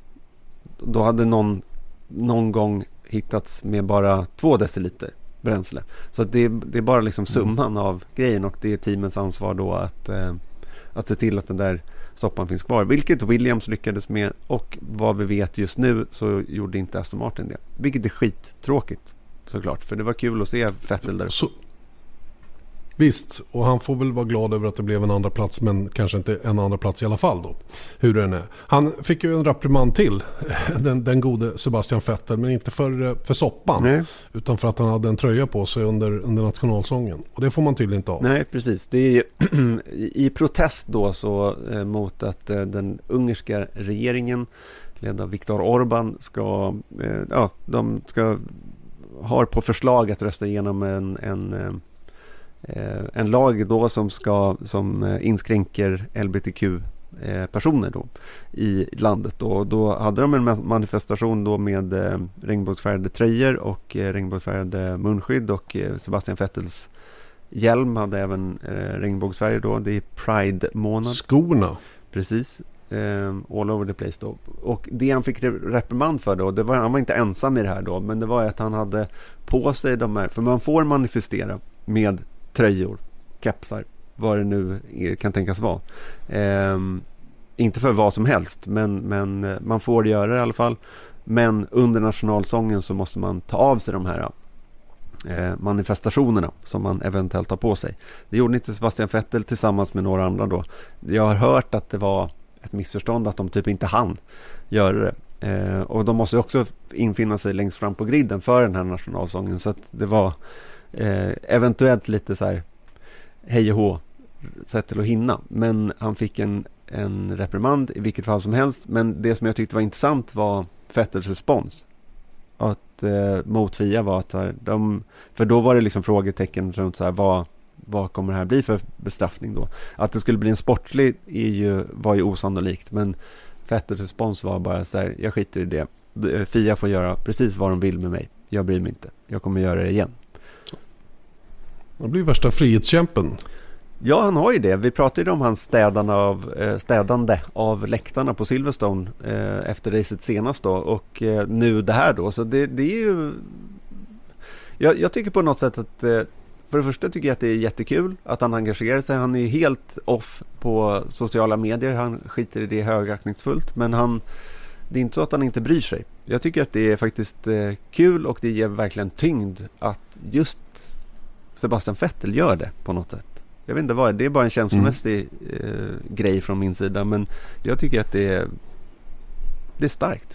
då hade någon gång hittats med bara 2 deciliter bränsle. Så att det är bara liksom summan av grejen och det är teamens ansvar då att se till att den där soppan finns kvar. Vilket Williams lyckades med och vad vi vet just nu så gjorde inte Aston Martin det. Vilket är skittråkigt såklart. För det var kul att se Vettel där. Visst, och han får väl vara glad över att det blev en andra plats men kanske inte en andra plats i alla fall då. Hur den är. Han fick ju en reprimand till, den gode Sebastian Vettel, men inte för soppan. Nej. Utan för att han hade en tröja på sig under nationalsången. Och det får man tydligen inte av. Nej, precis. Det är ju i protest då så mot att den ungerska regeringen ledd av Viktor Orbán har på förslag att rösta igenom en lag då som inskränker LGBTQ-personer då i landet. Då hade de en manifestation då med regnbågsfärgade tröjor och regnbågsfärgade munskydd och Sebastian Vettels hjälm hade även regnbågsfärger då. Det är Pride-månad. Skorna. Precis. All over the place då. Och det han fick reprimand för då, han var inte ensam i det här då, men det var att han hade på sig de här, för man får manifestera med tröjor, kepsar, vad det nu kan tänkas vara. Inte för vad som helst, men man får göra det i alla fall. Men under nationalsången så måste man ta av sig de här manifestationerna som man eventuellt har på sig. Det gjorde inte Sebastian Vettel tillsammans med några andra då. Jag har hört att det var ett missförstånd att de typ inte hann göra det. Och de måste också infinna sig längst fram på griden för den här nationalsången, så att det var eventuellt lite så här hej och hå sätt till att hinna, men han fick en reprimand i vilket fall som helst. Men det som jag tyckte var intressant var Vettels respons att mot FIA var att här, för då var det liksom frågetecken runt så här, vad kommer det här bli för bestraffning då? Att det skulle bli en sportlig var ju osannolikt, men Vettels respons var bara så här, jag skiter i det. FIA får göra precis vad de vill med mig. Jag bryr mig inte. Jag kommer göra det igen. Det blir värsta frihetskämpen. Ja, han har ju det. Vi pratade ju om hans städande av läktarna på Silverstone efter racet senast då, och nu det här då. Så det är ju... Jag tycker på något sätt att för det första tycker jag att det är jättekul att han engagerar sig. Han är ju helt off på sociala medier. Han skiter i det högaktningsfullt, men det är inte så att han inte bryr sig. Jag tycker att det är faktiskt kul och det ger verkligen tyngd att just Sebastian Vettel gör det på något sätt. Jag vet inte vad det är, bara en känslomässig grej från min sida, men jag tycker att det är starkt.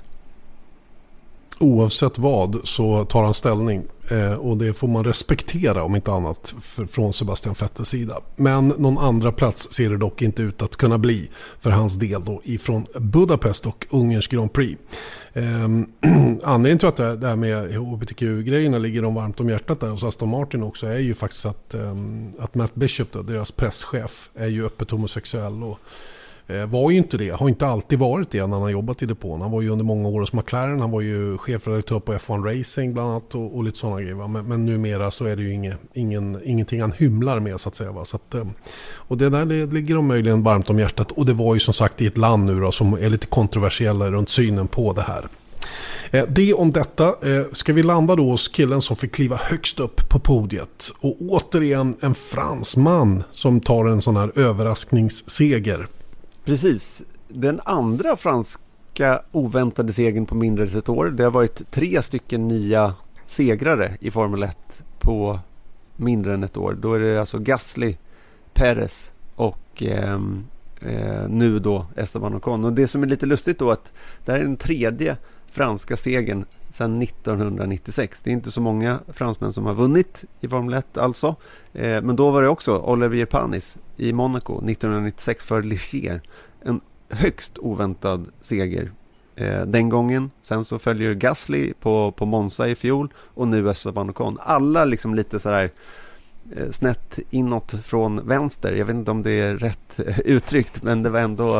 Oavsett vad så tar han ställning och det får man respektera om inte annat från Sebastian Vettels sida. Men någon andra plats ser det dock inte ut att kunna bli för hans del då ifrån Budapest och Ungerns Grand Prix. Anledningen till att det här med HBTQ-grejerna ligger dem varmt om hjärtat där hos Aston Martin också är ju faktiskt att Matt Bishop då, deras presschef, är ju öppet homosexuell och Var ju inte det, har inte alltid varit det när han har jobbat i depån. Han var ju under många år hos McLaren, han var ju chefredaktör på F1 Racing bland annat och lite sådana grejer. Men numera så är det ju ingenting han hymlar med så att säga. Va? Så att, och det där det ligger de möjligen varmt om hjärtat, och det var ju som sagt i ett land nu då, som är lite kontroversiella runt synen på det här. Det om detta. Ska vi landa då hos killen som fick kliva högst upp på podiet. Och återigen en fransman som tar en sån här överraskningsseger. Precis. Den andra franska oväntade segern på mindre än ett år. Det har varit 3 stycken nya segrare i Formel 1 på mindre än ett år. Då är det alltså Gasly, Perez och nu då Esteban Ocon. Och det som är lite lustigt då att det här är den 3:e franska segern sedan 1996. Det är inte så många fransmän som har vunnit i Formel 1 alltså. Men då var det också Olivier Panis i Monaco 1996 för Ligier. En högst oväntad seger den gången. Sen så följer Gasly på Monza i fjol och nu Esteban Ocon. Alla liksom lite sådär snett inåt från vänster. Jag vet inte om det är rätt uttryckt, men det var ändå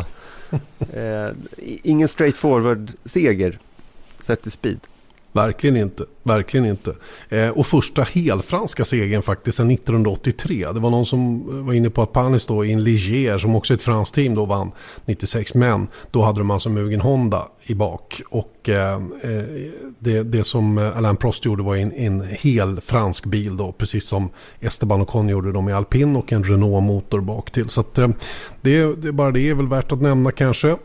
ingen straightforward seger sett i speed. Verkligen inte, verkligen inte. Och första helfranska segern faktiskt sedan 1983. Det var någon som var inne på att Panis då i en Ligier, som också är ett franskt team, då vann 96, men då hade de alltså Mugen Honda i bak. Och det som Alain Prost gjorde var en hel fransk bil då, precis som Esteban Ocon gjorde de i Alpin och en Renault-motor bak till. Så att, det är väl värt att nämna kanske.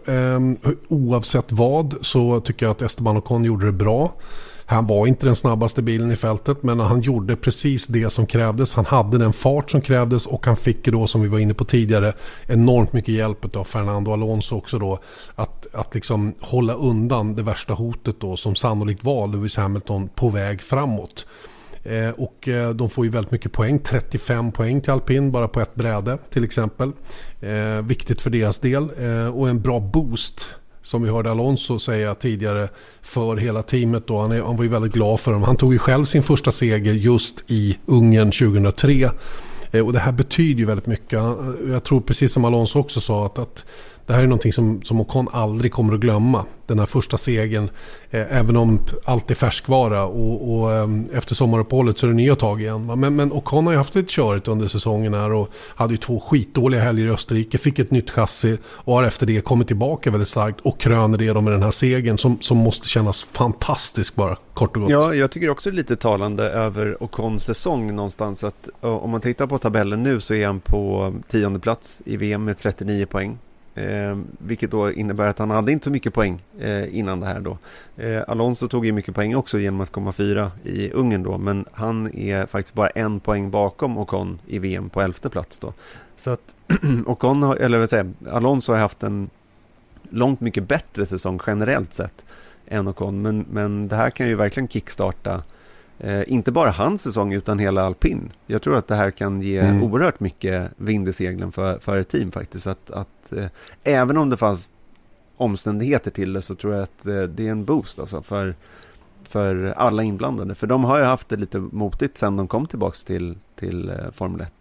Oavsett vad så tycker jag att Esteban Ocon gjorde det bra. Han var inte den snabbaste bilen i fältet, men han gjorde precis det som krävdes. Han hade den fart som krävdes och han fick då, som vi var inne på tidigare, enormt mycket hjälp av Fernando Alonso också då, att liksom hålla undan det värsta hotet då, som sannolikt var Lewis Hamilton på väg framåt. Och de får ju väldigt mycket poäng, 35 poäng till Alpin bara på ett bräde till exempel. Viktigt för deras del, och en bra boost, som vi hörde Alonso säga tidigare, för hela teamet då. Han var ju väldigt glad för dem. Han tog ju själv sin första seger just i Ungern 2003. Och det här betyder ju väldigt mycket. Jag tror precis som Alonso också sa att det här är någonting som Ocon aldrig kommer att glömma. Den här första segern, även om allt är färskvara och efter sommaruppehållet så är det nya tag igen. Men Ocon har ju haft lite körigt under säsongen här och hade ju 2 skitdåliga helger i Österrike, fick ett nytt chassi och har efter det kommit tillbaka väldigt starkt och kröner det med den här segern som måste kännas fantastisk bara, kort och gott. Ja, jag tycker också lite talande över Ocons säsong någonstans, att om man tittar på tabellen nu så är han på 10:e plats i VM med 39 poäng. Vilket då innebär att han hade inte så mycket poäng innan det här då. Alonso tog ju mycket poäng också genom att komma 4 i Ungern då, men han är faktiskt bara 1 poäng bakom Ocon i VM på 11:e plats då. Så att Alonso har haft en långt mycket bättre säsong generellt sett än Ocon, men det här kan ju verkligen kickstarta inte bara hans säsong utan hela Alpin. Jag tror att det här kan ge oerhört mycket vind i seglen för ett team faktiskt. Att även om det fanns omständigheter till det, så tror jag att det är en boost alltså för alla inblandade. För de har ju haft det lite motigt sedan de kom tillbaka till Formel 1.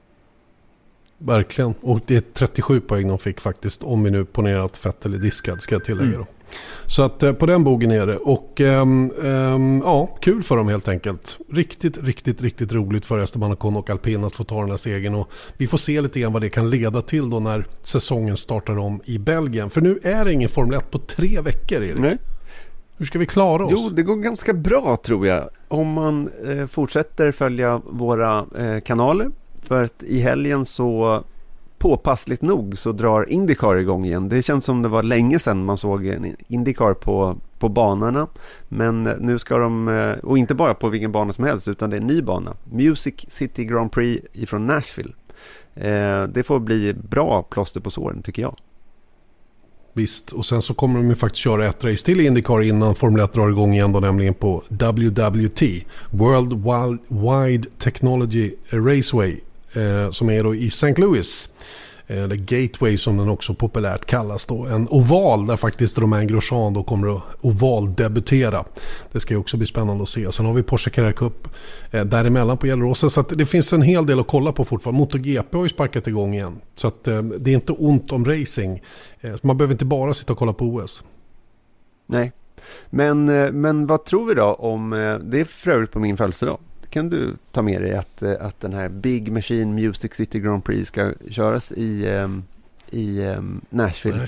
Verkligen. Och det är 37 poäng de fick faktiskt, om vi nu ponerar att Vettel är diskad, ska jag tillägga då. Så att på den bogen är det. Och ja, kul för dem helt enkelt. Riktigt roligt för Esteban Ocon och Alpin att få ta den här segern. Och vi får se lite grann vad det kan leda till då när säsongen startar om i Belgien. För nu är det ingen Formel 1 på 3 veckor, Erik. Nej. Hur ska vi klara oss? Jo, det går ganska bra tror jag. Om man fortsätter följa våra kanaler. För att i helgen så påpassligt nog så drar IndyCar igång igen. Det känns som det var länge sedan man såg en IndyCar på banorna. Men nu ska de, och inte bara på vilken bana som helst, utan det är en ny bana. Music City Grand Prix ifrån Nashville. Det får bli bra plåster på såren tycker jag. Visst, och sen så kommer de ju faktiskt köra ett race till IndyCar innan Formel 1 drar igång igen då, nämligen på WWT, World Wide Technology Raceway, som är då i St. Louis. eller Gateway som den också populärt kallas då. En oval där faktiskt Romain Grosjean då kommer att ovaldebutera. Det ska ju också bli spännande att se. Sen har vi Porsche Carrera Cup däremellan på Gelleråsen, så att det finns en hel del att kolla på fortfarande. MotoGP har ju sparkat igång igen, så att det är inte ont om racing. Man behöver inte bara sitta och kolla på OS. Nej, men vad tror vi då om, det är för övrigt på min födelsedag. Kan du ta med dig att den här Big Machine Music City Grand Prix ska köras i Nashville?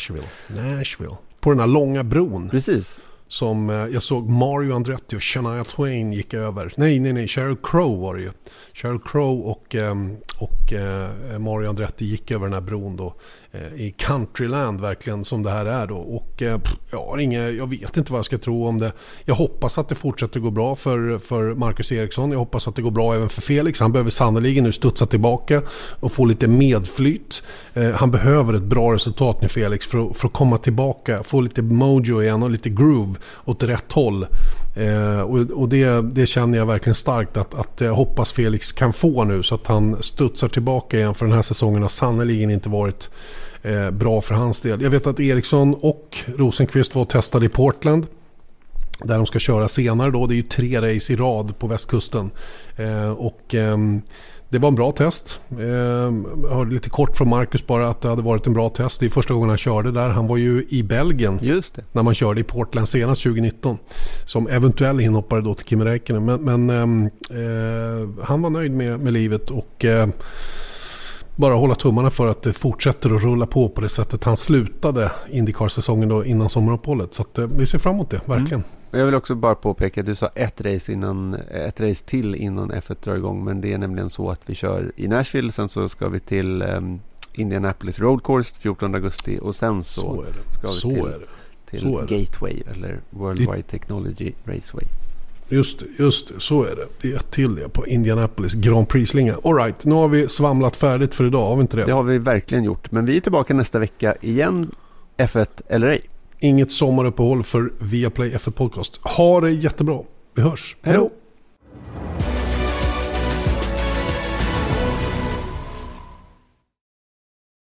På den här långa bron. Precis. Som jag såg Mario Andretti och Shania Twain gick över. Nej, Sheryl Crow var det ju. Sheryl Crow och Mario Andretti gick över den här bron då i Countryland, verkligen som det här är då. Och jag vet inte vad jag ska tro om det. Jag hoppas att det fortsätter gå bra för Marcus Eriksson. Jag hoppas att det går bra även för Felix. Han behöver sannoliken nu studsa tillbaka och få lite medflyt. Han behöver ett bra resultat nu, Felix, för att komma tillbaka, få lite mojo igen och lite groove åt rätt håll. Och det känner jag verkligen starkt att jag hoppas Felix kan få nu, så att han studsar tillbaka igen, för den här säsongen har sannoliken inte varit bra för hans del. Jag vet att Eriksson och Rosenqvist var testade i Portland, där de ska köra senare då. Det är ju 3 race i rad på västkusten, och det var en bra test. Jag hörde lite kort från Marcus bara att det hade varit en bra test. Det är första gången han körde där. Han var ju i Belgien. Just det. När man körde i Portland senast 2019. Som eventuell inhoppare då till Kimi Räikkönen. Men han var nöjd med livet, och bara hålla tummarna för att det fortsätter att rulla på det sättet han slutade IndyCar-säsongen då innan sommaruppehållet. Så att vi ser fram emot det, verkligen. Jag vill också bara påpeka, du sa ett race till innan F1 drar igång, men det är nämligen så att vi kör i Nashville, sen så ska vi till Indianapolis Road Course 14 augusti, och sen så ska vi till Gateway eller Worldwide Technology Raceway. Just så är det. Det är till det på Indianapolis Grand Prix-slinga. All right, nu har vi svamlat färdigt för idag, har vi inte det? Det har vi verkligen gjort, men vi är tillbaka nästa vecka igen, F1 eller ej. Inget sommaruppehåll för Viaplay F1 Podcast. Ha det jättebra. Vi hörs. Hej då.